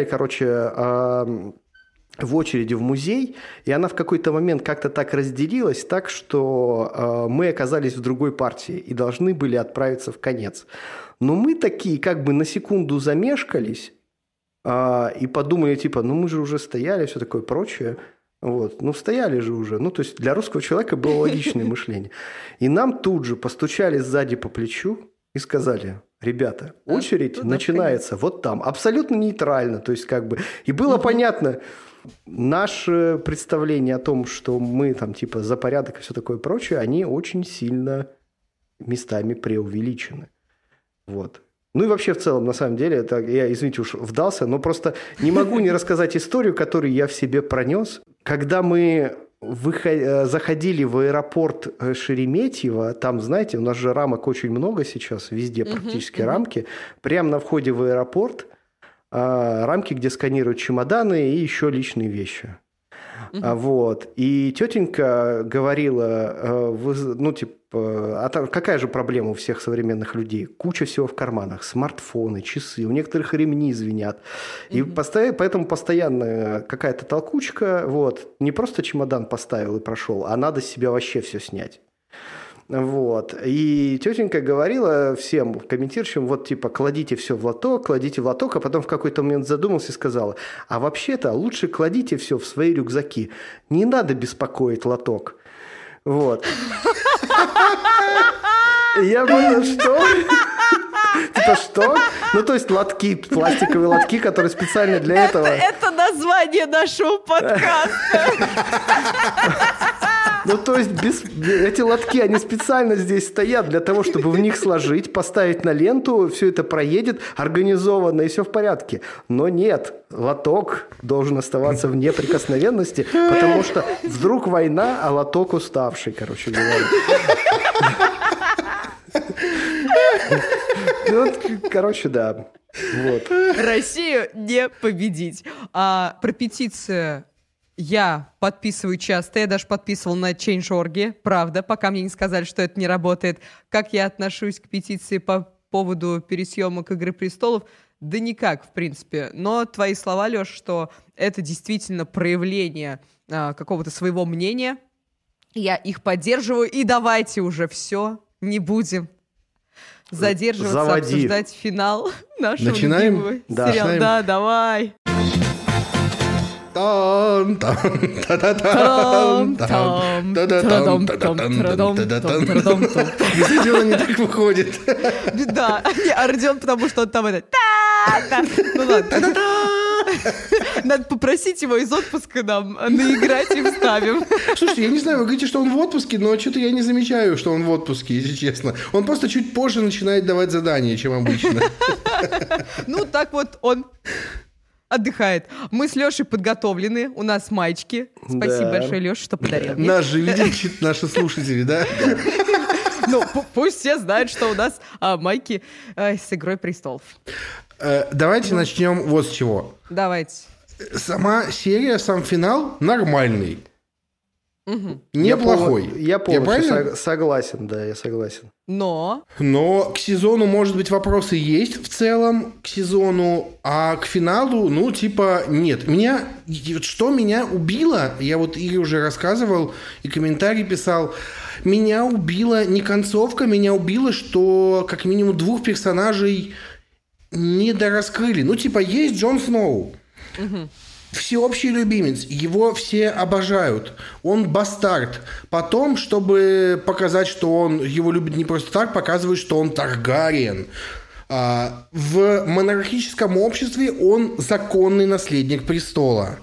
в очереди в музей, и она в какой-то момент как-то так разделилась, так что мы оказались в другой партии и должны были отправиться в конец. Но мы такие на секунду замешкались и подумали, мы же уже стояли, все такое прочее. Вот. Стояли же уже. То есть для русского человека было логичное мышление. И нам тут же постучали сзади по плечу и сказали: ребята, очередь начинается вот там. Абсолютно нейтрально. То есть И было понятно... Наше представление о том, что мы за порядок и все такое прочее, они очень сильно местами преувеличены. Вот. И вообще в целом, на самом деле, я, извините, уж вдался, но просто не могу не рассказать историю, которую я в себе пронес. Когда мы заходили в аэропорт Шереметьево, там, знаете, у нас же рамок очень много сейчас, везде практически рамки, прямо на входе в аэропорт рамки, где сканируют чемоданы и еще личные вещи. Вот. И тетенька говорила, какая же проблема у всех современных людей? Куча всего в карманах, смартфоны, часы, у некоторых ремни звенят. И поэтому постоянно какая-то толкучка, не просто чемодан поставил и прошел, а надо с себя вообще все снять. Вот. И тетенька говорила всем комментирующим, кладите все в лоток, а потом в какой-то момент задумался и сказала: а вообще-то лучше кладите все в свои рюкзаки, не надо беспокоить лоток. Вот. Я понял, что? Что? То есть лотки, пластиковые лотки, которые специально для этого... Это название нашего подкаста. То есть эти лотки, они специально здесь стоят для того, чтобы в них сложить, поставить на ленту, все это проедет организованно, и все в порядке. Но нет, лоток должен оставаться в неприкосновенности, потому что вдруг война, а лоток уставший, короче говоря. Да. Вот. Россию не победить. Про петицию я подписываю часто. Я даже подписывала на Change.org. Правда, пока мне не сказали, что это не работает. Как я отношусь к петиции по поводу пересъемок «Игры престолов»? Да никак, в принципе. Но твои слова, Леш, что это действительно проявление какого-то своего мнения. Я их поддерживаю. И давайте уже все, не будем задерживаться, обсуждать финал нашего любимого сериала. Да, давай. Действительно, не так выходит. Да, а Родион, потому что он там это... Ну ладно. Надо попросить его из отпуска нам наиграть и вставим. Слушайте, я не знаю, вы говорите, что он в отпуске, но что-то я не замечаю, что он в отпуске, если честно. Он просто чуть позже начинает давать задания, чем обычно. Ну, так вот он отдыхает. Мы с Лешей подготовлены, у нас маечки. Спасибо большое, Леша, что подарил мне. Нас же видят наши слушатели, да? Ну, пусть все знают, что у нас майки с «Игрой престолов». Давайте начнем вот с чего. Давайте. Сама серия, сам финал нормальный. Неплохой. Я полностью согласен, да, я согласен. Но к сезону, может быть, вопросы есть в целом к сезону, а к финалу, ну, типа, нет. Что меня убило, я вот Ире уже рассказывал и комментарий писал, меня убила не концовка, меня убило, что как минимум 2 персонажей не дораскрыли. Ну, типа, есть Джон Сноу. Всеобщий любимец, его все обожают. Он бастард. Потом, чтобы показать, что его любят не просто так, показывают, что он Таргариен. В монархическом обществе он законный наследник престола.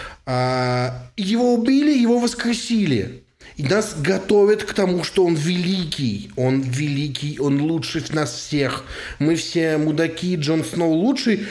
Его убили, его воскресили. И нас готовят к тому, что он великий. Он великий, он лучший нас всех. Мы все мудаки, Джон Сноу лучший.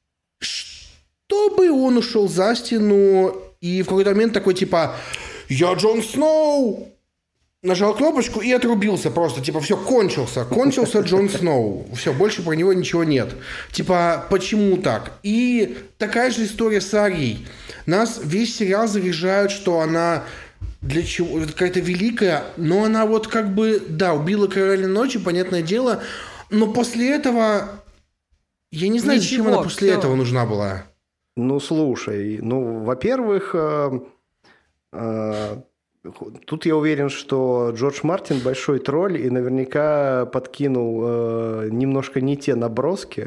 Чтобы он ушел за стену и в какой-то момент такой, типа, я Джон Сноу! Нажал кнопочку и отрубился просто. Типа, все, кончился Джон Сноу. Все, больше про него ничего нет. Типа, почему так? И такая же история с Арией. Нас весь сериал заряжают, что она для чего? Какая-то великая, но она вот как бы, да, убила Короля Ночи, понятное дело, но после этого я не знаю, зачем она после этого нужна была. Ну, слушай, во-первых, тут я уверен, что Джордж Мартин большой тролль и наверняка подкинул немножко не те наброски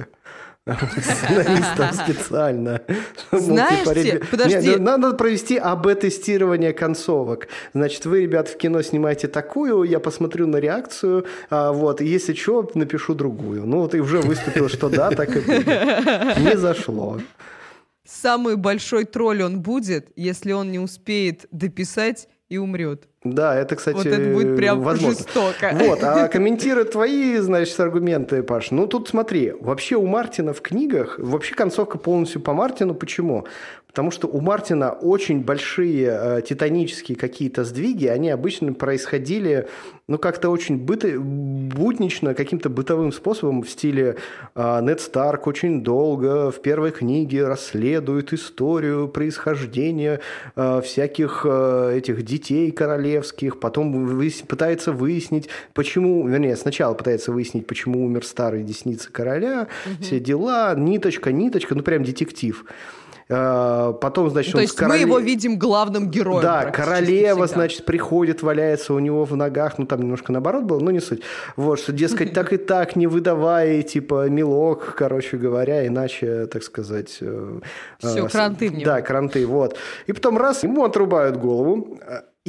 сценаристам специально. Знаете, подожди. Надо провести АБ-тестирование концовок. Значит, вы, ребята, в кино снимаете такую, я посмотрю на реакцию, вот, и если что, напишу другую. Ну, вот и уже выступил, что да, так и будет. Не зашло. Самый большой тролль он будет, если он не успеет дописать и умрет. Да, это, кстати, вот это будет прям возможно. жестоко. Вот, а комментируя твои, значит, аргументы, Паш, ну тут смотри, вообще у Мартина в книгах, вообще концовка полностью по Мартину. Почему? Потому что у Мартина очень большие титанические какие-то сдвиги, они обычно происходили, ну, как-то очень буднично, каким-то бытовым способом в стиле Нед Старк очень долго в первой книге расследует историю происхождения всяких этих детей королевских, потом пытается выяснить, почему, вернее, сначала пытается выяснить, почему умер старый десница короля, все дела, ниточка, ну, прям детектив. Потом, значит, то есть мы его видим главным героем. Да, королева, значит, приходит, валяется у него в ногах, ну, там немножко наоборот было, но не суть. Вот, что, дескать, так и так, не выдавай, типа, милок, короче говоря, иначе, так сказать... Все, кранты в него. Да, кранты, вот. И потом раз, ему отрубают голову,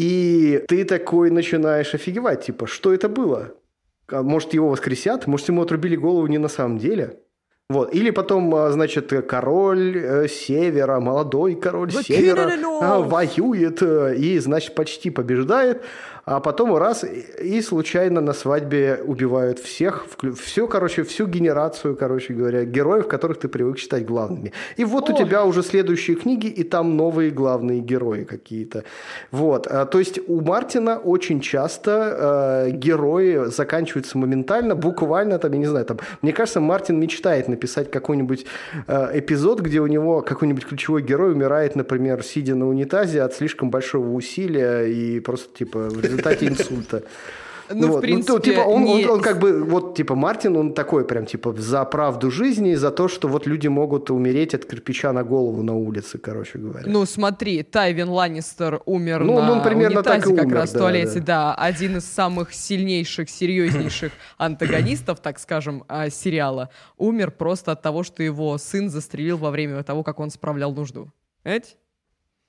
и ты такой начинаешь офигевать, типа, что это было? Может, его воскресят? Может, ему отрубили голову не на самом деле? Вот. Или потом, значит, король Севера, молодой король Севера воюет и, значит, почти побеждает, а потом раз и случайно на свадьбе убивают всех, всю генерацию, короче говоря, героев, которых ты привык считать главными. И вот у тебя уже следующие книги, и там новые главные герои какие-то. Вот. То есть у Мартина очень часто герои заканчиваются моментально, буквально, там, я не знаю, там, мне кажется, Мартин мечтает написать какой-нибудь эпизод, где у него какой-нибудь ключевой герой умирает, например, сидя на унитазе от слишком большого усилия и просто, типа, в результате инсульта. Ну, в принципе... Ну, типа, он как бы, вот, типа, Мартин, он такой прям, типа, за правду жизни, за то, что вот люди могут умереть от кирпича на голову на улице, короче говоря. Ну, смотри, Тайвин Ланнистер умер на он примерно унитазе так и как умер, раз в туалете, да. Один из самых сильнейших, серьезнейших антагонистов, так скажем, сериала, умер просто от того, что его сын застрелил во время того, как он справлял нужду. Понимаете?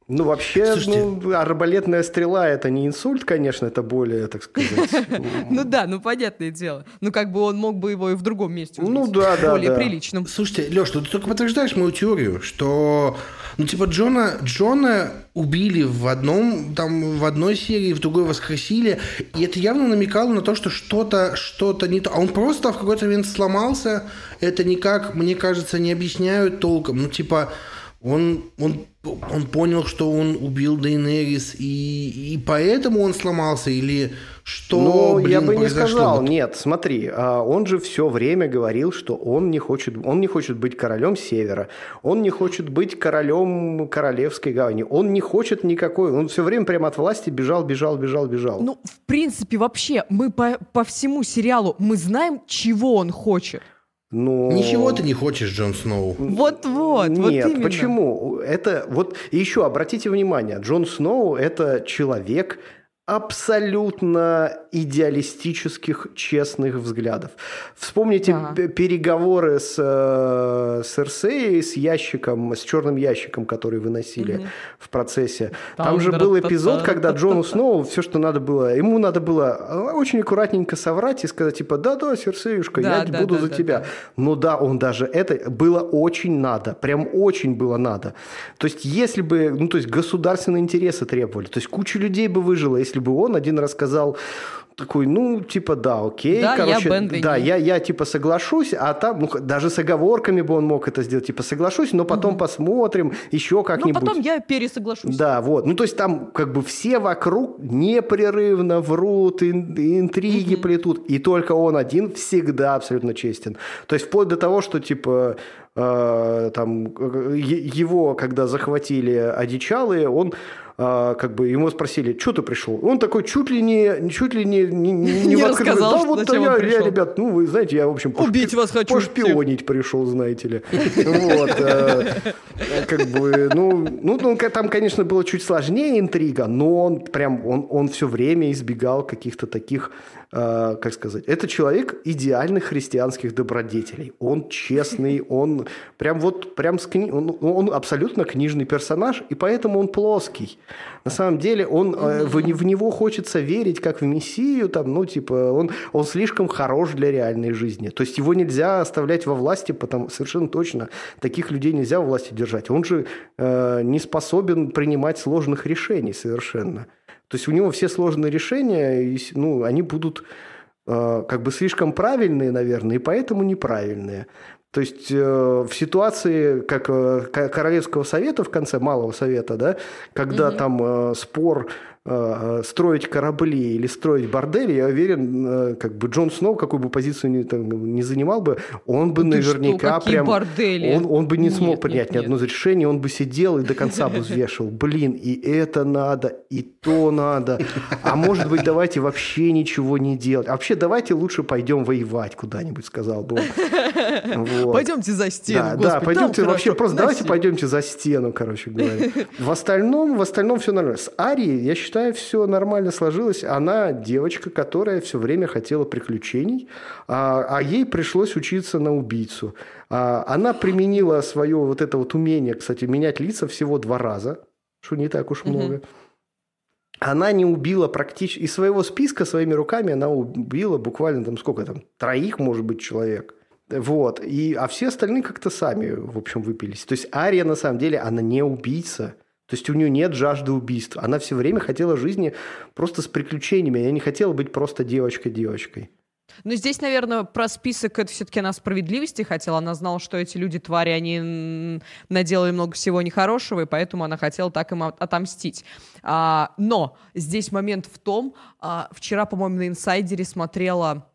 Ну, вообще, Слушайте, арбалетная стрела – это не инсульт, конечно, это более, так сказать… Ну да, понятное дело. Ну как бы он мог бы его и в другом месте убить. Ну да, более да. приличном. Слушайте, Леш, ты только подтверждаешь мою теорию, что, Джона убили в одной серии, в другой воскресили, и это явно намекало на то, что что-то не то. А он просто в какой-то момент сломался, это никак, мне кажется, не объясняют толком. Он понял, что он убил Дейенерис, и поэтому он сломался, или что, я бы не произошло? сказал. Нет, смотри, он же все время говорил, что он не хочет быть королем Севера, он не хочет быть королем Королевской гавани, он не хочет никакой, он все время прямо от власти бежал. Ну, в принципе, вообще, мы по всему сериалу, мы знаем, чего он хочет. Ничего ты не хочешь, Джон Сноу. Вот-вот, Нет, вот именно. почему? Это вот и еще обратите внимание, Джон Сноу – это человек абсолютно идеалистических, честных взглядов. Вспомните переговоры с Серсеей, с черным ящиком, который выносили в процессе. Там же был эпизод, когда Джону Сноу все, что надо было, ему надо было очень аккуратненько соврать и сказать, типа, да, Серсеюшка, я буду за тебя. Ну да, он даже это было очень надо, прям очень было надо. То есть, если бы, государственные интересы требовали, то есть, куча людей бы выжила, если бы он один раз сказал такой, да, окей, да, короче, я соглашусь, а там, даже с оговорками бы он мог это сделать, соглашусь, но потом посмотрим, еще как-нибудь. Ну, потом я пересоглашусь. Да, вот, то есть там все вокруг непрерывно врут, интриги плетут, и только он один всегда абсолютно честен. То есть вплоть до того, что, его, когда захватили одичалые, он ему спросили, что ты пришел? Он такой чуть ли не рассказал, зачем он пришел. Я, ребят, вы знаете, я, в общем, убить вас хочу. Пошпионить пришел, знаете ли. Вот. Там, конечно, было чуть сложнее интрига, но он все время избегал каких-то таких, как сказать, это человек идеальных христианских добродетелей. Он честный, он он абсолютно книжный персонаж, и поэтому он плоский. На самом деле в него хочется верить как в Мессию, он слишком хорош для реальной жизни. То есть его нельзя оставлять во власти, потому совершенно точно таких людей нельзя во власти держать. Он же не способен принимать сложных решений совершенно. То есть у него все сложные решения, они будут слишком правильные, наверное, и поэтому неправильные. То есть в ситуации, как Королевского совета в конце Малого совета, да, когда там спор строить корабли или строить бордели, я уверен, Джон Сноу, какую бы позицию ни занимал бы, он бы наверняка он бы не смог принять ни одно из решений, он бы сидел и до конца бы взвешивал. И это надо, и то надо. А может быть, давайте вообще ничего не делать. А вообще, давайте лучше пойдем воевать куда-нибудь, сказал бы он. Вот. Пойдемте за стену, Господи, да, пойдемте вообще, просто давайте стену. пойдемте за стену, короче говоря. В остальном все нормально. С Арией, я считаю, все нормально сложилось. Она девочка, которая все время хотела приключений, а ей пришлось учиться на убийцу. Она применила свое умение, кстати, менять лица всего 2 раза, что не так уж много. Она не убила практически... Из своего списка своими руками она убила буквально 3, может быть, человек. Вот. А все остальные как-то сами, в общем, выпились. То есть Ария, на самом деле, она не убийца. То есть у нее нет жажды убийства. Она все время хотела жизни просто с приключениями. Она не хотела быть просто девочкой-девочкой. Но здесь, наверное, про список это все-таки она справедливости хотела. Она знала, что эти люди, твари, они наделали много всего нехорошего, и поэтому она хотела так им отомстить. Но здесь момент в том, вчера, по-моему, на «Инсайдере» смотрела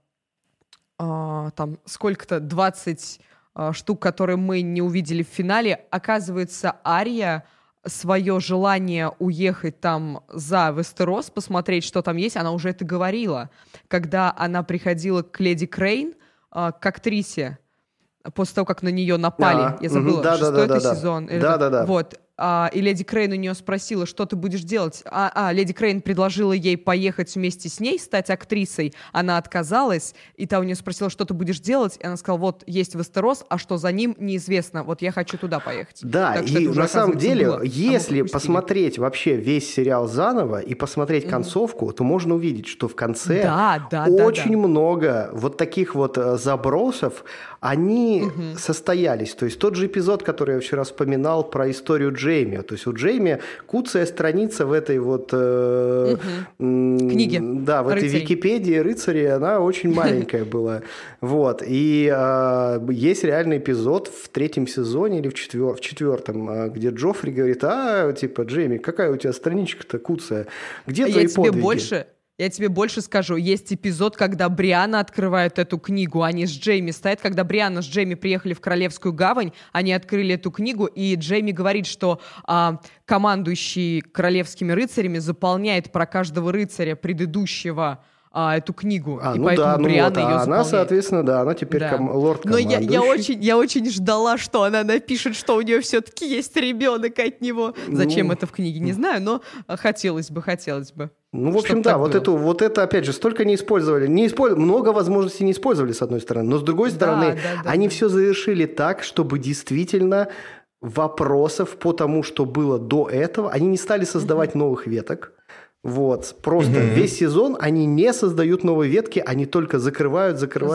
там сколько-то, 20 штук, которые мы не увидели в финале. Оказывается, Ария свое желание уехать там за Вестерос, посмотреть, что там есть, она уже это говорила. Когда она приходила к леди Крейн, к актрисе, после того, как на нее напали. Я забыла, 6-й сезон. Да. Вот. и Леди Крейн у нее спросила, что ты будешь делать. Леди Крейн предложила ей поехать вместе с ней, стать актрисой. Она отказалась, и та у нее спросила, что ты будешь делать. И она сказала, вот есть Вестерос, а что за ним, неизвестно. Вот я хочу туда поехать. Да, так и уже, на самом деле, было. если посмотреть вообще весь сериал заново и посмотреть концовку, то можно увидеть, что в конце очень много вот таких вот забросов, они состоялись. То есть тот же эпизод, который я вчера вспоминал про историю Джейми. То есть у Джейми куцая страница в этой вот книге. Да, в этой Википедии рыцарей, она очень маленькая была. Вот. И есть реальный эпизод в 3-м сезоне или в 4-м, где Джоффри говорит, типа, Джейми, какая у тебя страничка-то куцая? Где твои подвиги? Я тебе больше скажу. Есть эпизод, когда Брианна открывает эту книгу, они с Джейми стоят. Когда Брианна с Джейми приехали в Королевскую гавань, они открыли эту книгу, и Джейми говорит, что командующий королевскими рыцарями заполняет про каждого рыцаря предыдущего эту книгу. И поэтому Брианна ее заполняет. Она, соответственно, она теперь лорд-командующий. Но я очень ждала, что она напишет, что у нее все-таки есть ребенок от него. Зачем это в книге, не знаю, но хотелось бы. Ну, в общем, да, вот это, опять же, столько не использовали. Много возможностей не использовали, с одной стороны. Но, с другой стороны, они все завершили так, чтобы действительно вопросов по тому, что было до этого, они не стали создавать новых веток. Вот, просто весь сезон они не создают новые ветки, они только закрывают.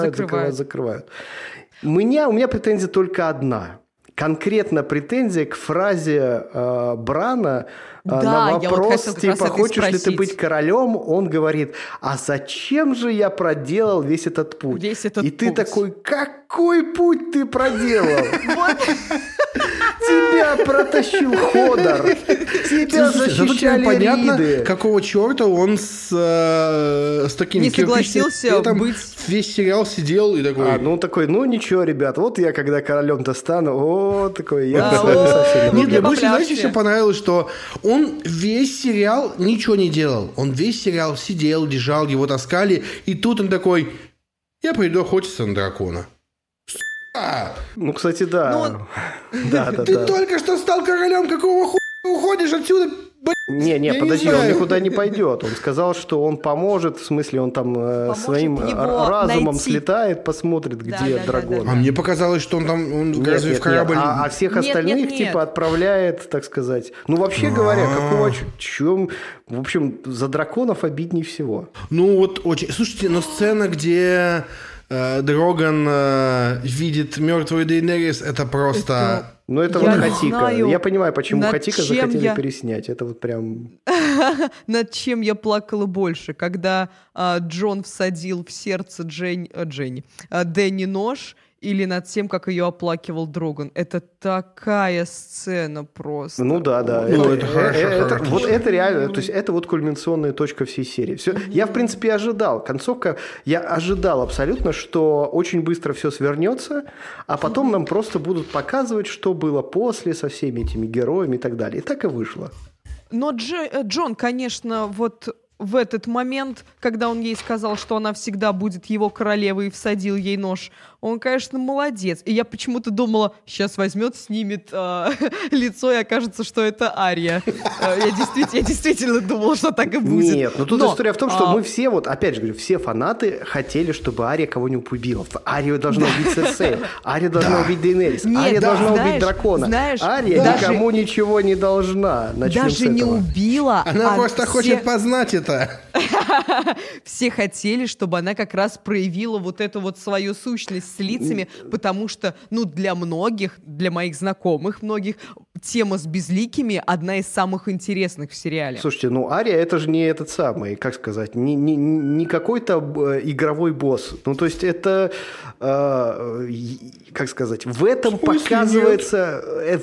У меня претензия только одна. Конкретно претензия к фразе Брана на вопрос, типа, хочешь ли ты быть королем? Он говорит, а зачем же я проделал весь этот путь? И ты такой, какой путь ты проделал? Тебя протащил Ходор. Тебя защищали Риды. Какого черта он с таким не согласился быть... Весь сериал сидел и такой... Ничего, ребят, вот я когда королем-то стану, такой, я с вами совсем... Нет, мне больше, знаете, еще понравилось, что он весь сериал ничего не делал. Он весь сериал сидел, лежал, его таскали, и тут он такой, я пойду охотиться на дракона. Ну, кстати, да. Ты только что стал королем, какого хуя уходишь отсюда? Подожди, он никуда не пойдет. Он сказал, что он поможет, в смысле, он там своим разумом слетает, посмотрит, где дракон. А мне показалось, что он там разве в корабль... А всех остальных, типа, отправляет, так сказать. Ну, вообще говоря, чем... В общем, за драконов обиднее всего. Ну, вот очень... Слушайте, но сцена, где... Дроган видит мертвую Дейенерис, это просто... Это вот Хатика. Я понимаю, почему Хатика захотели переснять. Это вот прям... Над чем я плакала больше, когда Джон всадил в сердце Дэнни нож, или над тем, как ее оплакивал Дроган. Это такая сцена просто. Ну да. Это хорошо. Вот это реально, то есть это вот кульминационная точка всей серии. Все. Я, в принципе, ожидал. Концовка, я ожидал абсолютно, что очень быстро все свернется, а потом нам просто будут показывать, что было после со всеми этими героями и так далее. И так и вышло. Но Джон, конечно, вот... В этот момент, когда он ей сказал, что она всегда будет его королевой, и всадил ей нож, он, конечно, молодец. И я почему-то думала, сейчас возьмет, снимет лицо, и окажется, что это Ария. Я действительно думала, что так и будет. Нет, но тут история в том, что мы все, вот опять же говорю, все фанаты хотели, чтобы Ария кого-нибудь убила. Ария должна убить Серсею, Ария должна убить Дейенерис, Ария должна убить дракона. Ария никому ничего не должна. Даже не убила. Она просто хочет познать это. Все хотели, чтобы она как раз проявила вот эту вот свою сущность с лицами, потому что, для многих, для моих знакомых многих, тема с безликими одна из самых интересных в сериале. Слушайте, Ария это же не этот самый, как сказать, не какой-то игровой босс. То есть это, как сказать, в этом показывается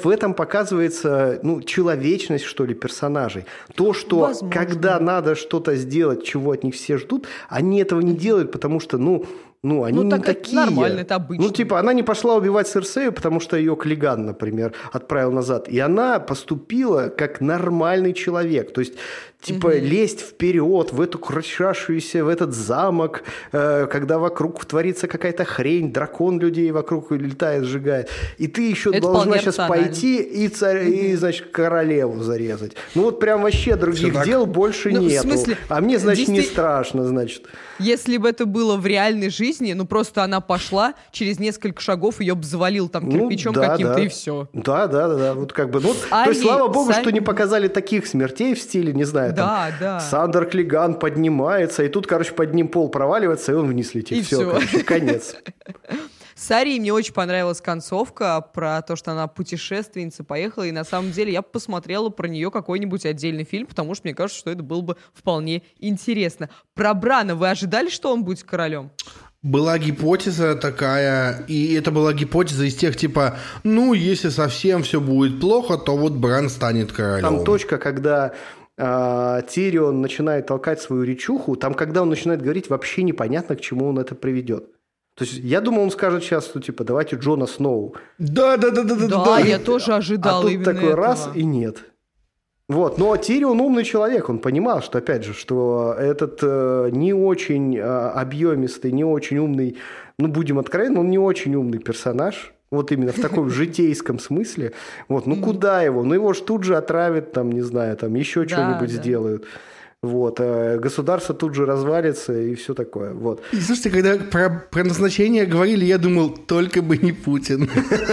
человечность, что ли, персонажей. То, что когда надо что-то сделать, чего от них все ждут, они этого не делают, потому что, Ну, они Ну, не так это такие. нормально, это обычно. Ну, типа, она не пошла убивать Серсею, потому что ее Клиган, например, отправил назад. И она поступила как нормальный человек. То есть, типа, лезть вперед в эту кричащуюся, в этот замок, когда вокруг творится какая-то хрень, дракон людей вокруг летает, сжигает. И ты еще это должна сейчас рационально. пойти и, значит, королеву зарезать. Ну, вот прям вообще других дел больше Ну, в нету. смысле, А мне, значит, не действительно- страшно, значит. Если бы это было в реальной жизни, ну просто она пошла, через несколько шагов ее бы завалил там кирпичом каким-то, и все. Да. Вот как бы, ну, то Арии, есть, слава богу, сами- что не показали таких смертей в стиле, не знаю, Да, там, да. Сандер Клиган поднимается, и тут, короче, под ним пол проваливается, и он вниз летит. И Все, всё. короче, конец. С Арией мне очень понравилась концовка про то, что она путешественница поехала, и на самом деле я бы посмотрела про нее какой-нибудь отдельный фильм, потому что мне кажется, что это было бы вполне интересно. Про Брана вы ожидали, что он будет королем? Была гипотеза такая, и это была гипотеза из тех, типа, ну, если совсем все будет плохо, то вот Бран станет королем. Там точка, когда Тирион начинает толкать свою речуху, там, когда он начинает говорить, вообще непонятно, к чему он это приведет. То есть я думал, он скажет сейчас, что типа давайте Джона Сноу. Да. Да, я тоже ожидала А тут именно такой этого. раз и нет. Вот, но Тирион умный человек, он понимал, что, опять же, что этот не очень объемистый, не очень умный, ну, будем откровенны, он не очень умный персонаж, вот именно в таком житейском смысле. Вот, ну, куда его? Ну, его ж тут же отравят, там, не знаю, там, еще что-нибудь сделают. Вот, государство тут же развалится и все такое. Вот. И слушайте, когда про назначение говорили, я думал, только бы не Путин.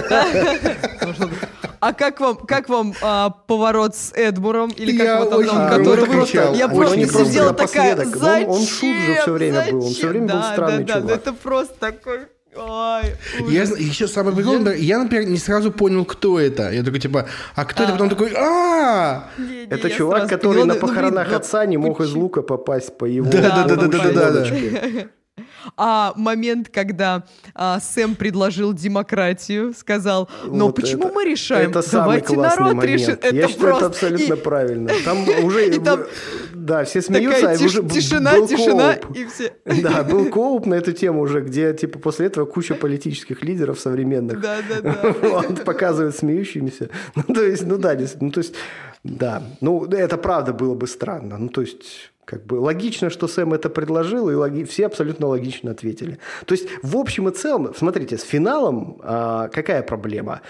А как вам поворот с Эдмуром? Или Я как вот очень он, громко который кричал. Я Они просто просто сидела такая, напоследок. зачем? Он шут же все время был, он все время был Да, странный да, чувак. это просто такой... Ой, Я, ужас. еще самое прикольное, я, например, не сразу понял, кто это. Я такой, типа, а кто это? Потом такой, Не, Это я чувак, сразу который поняла, на ну, блин, похоронах ну, отца не мог из почему? лука попасть по его Да. лодочке. А момент, когда Сэм предложил демократию, сказал, но Вот почему это- мы решаем? Это самый Давайте классный народ момент. решит. Я Это считаю, просто... это абсолютно И правильно. Там уже... И там Да, все смеются, такая а уже тишина, был тишина, кооп. и все... Да, был кооп на эту тему уже, где типа после этого куча политических лидеров современных Да. вот, показывают смеющимися. Ну, то есть, ну да, ну, то есть, да. Ну, это правда было бы странно. Ну, то есть... Как бы логично, что Сэм это предложил, и все абсолютно логично ответили. То есть, в общем и целом, смотрите, с финалом какая проблема?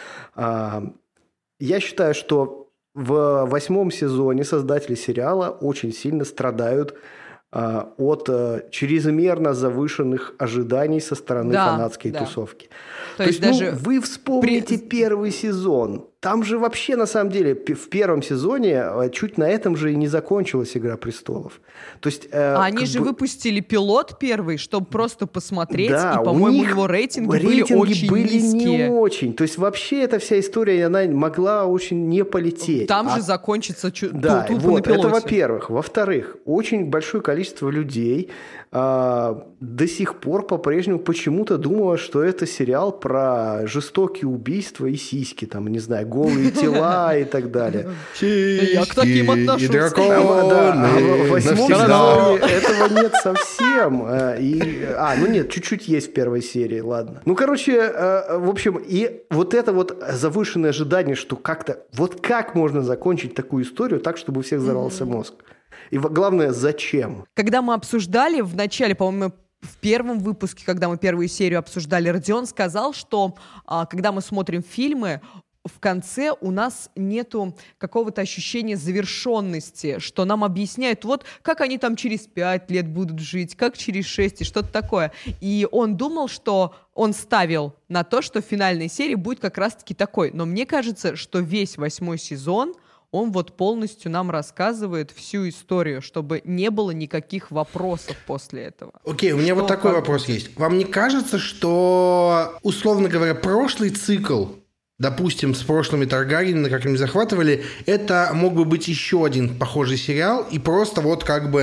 Я считаю, что в 8 сезоне создатели сериала очень сильно страдают от чрезмерно завышенных ожиданий со стороны фанатской тусовки. То есть даже вы вспомните первый сезон. Там же вообще, на самом деле, в первом сезоне чуть на этом же и не закончилась «Игра престолов». То есть, они же выпустили пилот первый, чтобы просто посмотреть, да, и, по-моему, у него рейтинги были очень низкие. не очень. То есть, вообще эта вся история, она могла очень не полететь. Там же закончится да, тупо вот, на пилоте. это во-первых. Во-вторых, очень большое количество людей до сих пор по-прежнему почему-то думало, что это сериал про жестокие убийства и сиськи, там, не знаю, голые тела и так далее. Я к таким отношусь. И драконы В 8 навсегда. сезоне этого нет совсем. Ну нет, чуть-чуть есть в первой серии, ладно. Ну, короче, в общем, и вот это вот завышенное ожидание, что как-то, вот как можно закончить такую историю так, чтобы у всех взорвался мозг? И главное, зачем? Когда мы обсуждали в начале, по-моему, в первом выпуске, когда мы первую серию обсуждали, Родион сказал, что когда мы смотрим фильмы, в конце у нас нету какого-то ощущения завершенности, что нам объясняют, вот как они там через 5 лет будут жить, как через 6 и что-то такое. И он думал, что он ставил на то, что в финальной серии будет как раз-таки такой. Но мне кажется, что весь 8 сезон он вот полностью нам рассказывает всю историю, чтобы не было никаких вопросов после этого. Окей, у меня вот такой вопрос есть. Вам не кажется, что, условно говоря, прошлый цикл, допустим, с прошлыми Таргариенами, как они захватывали, это мог бы быть еще один похожий сериал, и просто вот как бы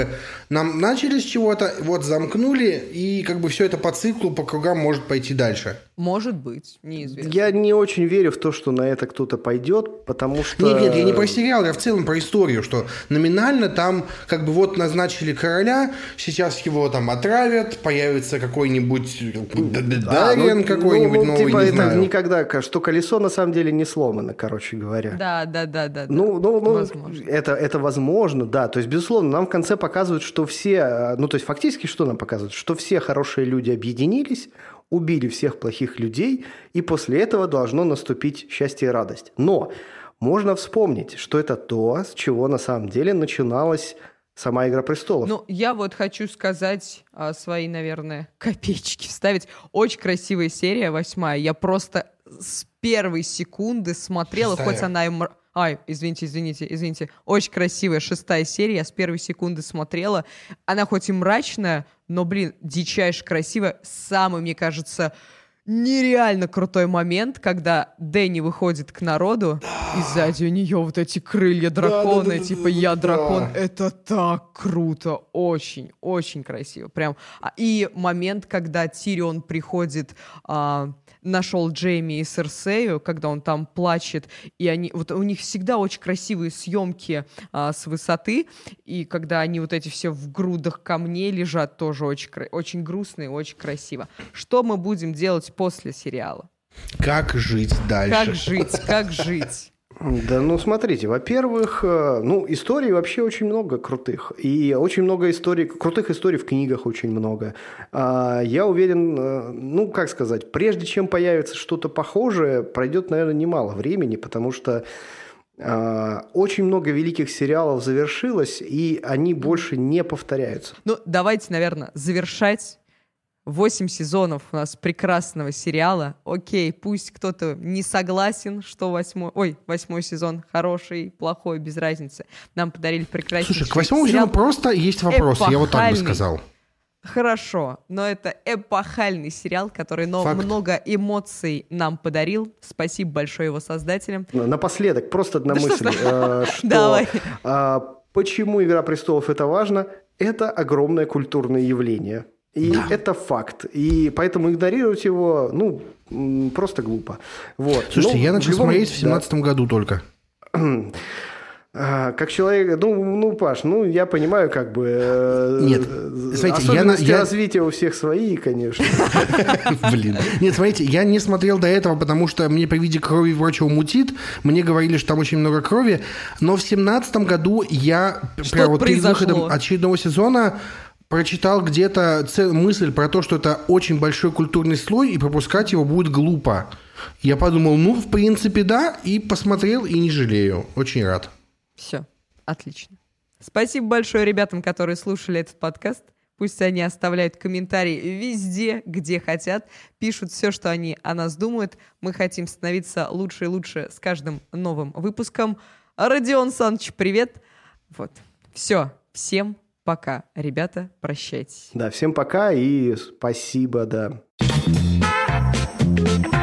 нам начали с чего-то, вот замкнули, и как бы все это по циклу, по кругам может пойти дальше. Может быть, неизвестно. Я не очень верю в то, что на это кто-то пойдет, потому что... Нет, я не про сериал, я в целом про историю, что номинально там как бы вот назначили короля, сейчас его там отравят, появится какой-нибудь Дарьян какой-нибудь новый, типа не это знаю. никогда, что колесо на самом деле не сломано, короче говоря. Да. Ну, возможно. это возможно, да. То есть, безусловно, нам в конце показывают, что все... Ну, то есть, фактически, что нам показывают? Что все хорошие люди объединились, убили всех плохих людей, и после этого должно наступить счастье и радость. Но можно вспомнить, что это то, с чего на самом деле начиналась сама «Игра престолов». Ну, я вот хочу сказать свои, наверное, копеечки вставить. Очень красивая серия, 8-я. Я просто с первой секунды смотрела, 6-я. хоть она и... Ай, извините. Очень красивая 6-я серия. Я с первой секунды смотрела. Она хоть и мрачная, но, дичайше красивая. Самый, мне кажется, нереально крутой момент, когда Дэнни выходит к народу, и сзади у нее вот эти крылья дракона, типа «Я дракон». Это так круто. Очень, очень красиво. Прям. И момент, когда Тирион приходит... нашел Джейми и Серсею, когда он там плачет, и они, вот у них всегда очень красивые съемки с высоты, и когда они вот эти все в грудах камней лежат, тоже очень грустно и очень красиво. Что мы будем делать после сериала? Как жить дальше? Как жить? Да, ну смотрите, во-первых, историй вообще очень много крутых. И очень много крутых историй в книгах очень много. Я уверен, как сказать, прежде чем появится что-то похожее, пройдет, наверное, немало времени, потому что очень много великих сериалов завершилось, и они больше не повторяются. Ну, давайте, наверное, завершать. 8 сезонов у нас прекрасного сериала. Окей, пусть кто-то не согласен, что 8 сезон хороший, плохой, без разницы. Нам подарили прекраснейший Слушай, к 8 сезону просто есть вопрос, я вот так бы сказал. Хорошо, но это эпохальный сериал, который много эмоций нам подарил. Спасибо большое его создателям. Напоследок, просто одна мысль. Давай. Почему «Игра престолов» это важно? Это огромное культурное явление. И это факт. И поэтому игнорировать его, просто глупо. Вот. Слушайте, я начал смотреть в 2017 году только. Как человек... Паш, я понимаю, как бы... Нет, смотрите, особенности развития у всех свои, конечно. Нет, смотрите, я не смотрел до этого, потому что мне при виде крови врача мутит. Мне говорили, что там очень много крови. Но в 2017 году я прям вот перед выходом очередного сезона прочитал где-то мысль про то, что это очень большой культурный слой, и пропускать его будет глупо. Я подумал, в принципе, да, и посмотрел, и не жалею. Очень рад. Все, отлично. Спасибо большое ребятам, которые слушали этот подкаст. Пусть они оставляют комментарии везде, где хотят, пишут все, что они о нас думают. Мы хотим становиться лучше и лучше с каждым новым выпуском. Родион Саныч, привет. Вот, все, всем пока, ребята, прощайтесь. Да, всем пока и спасибо, да.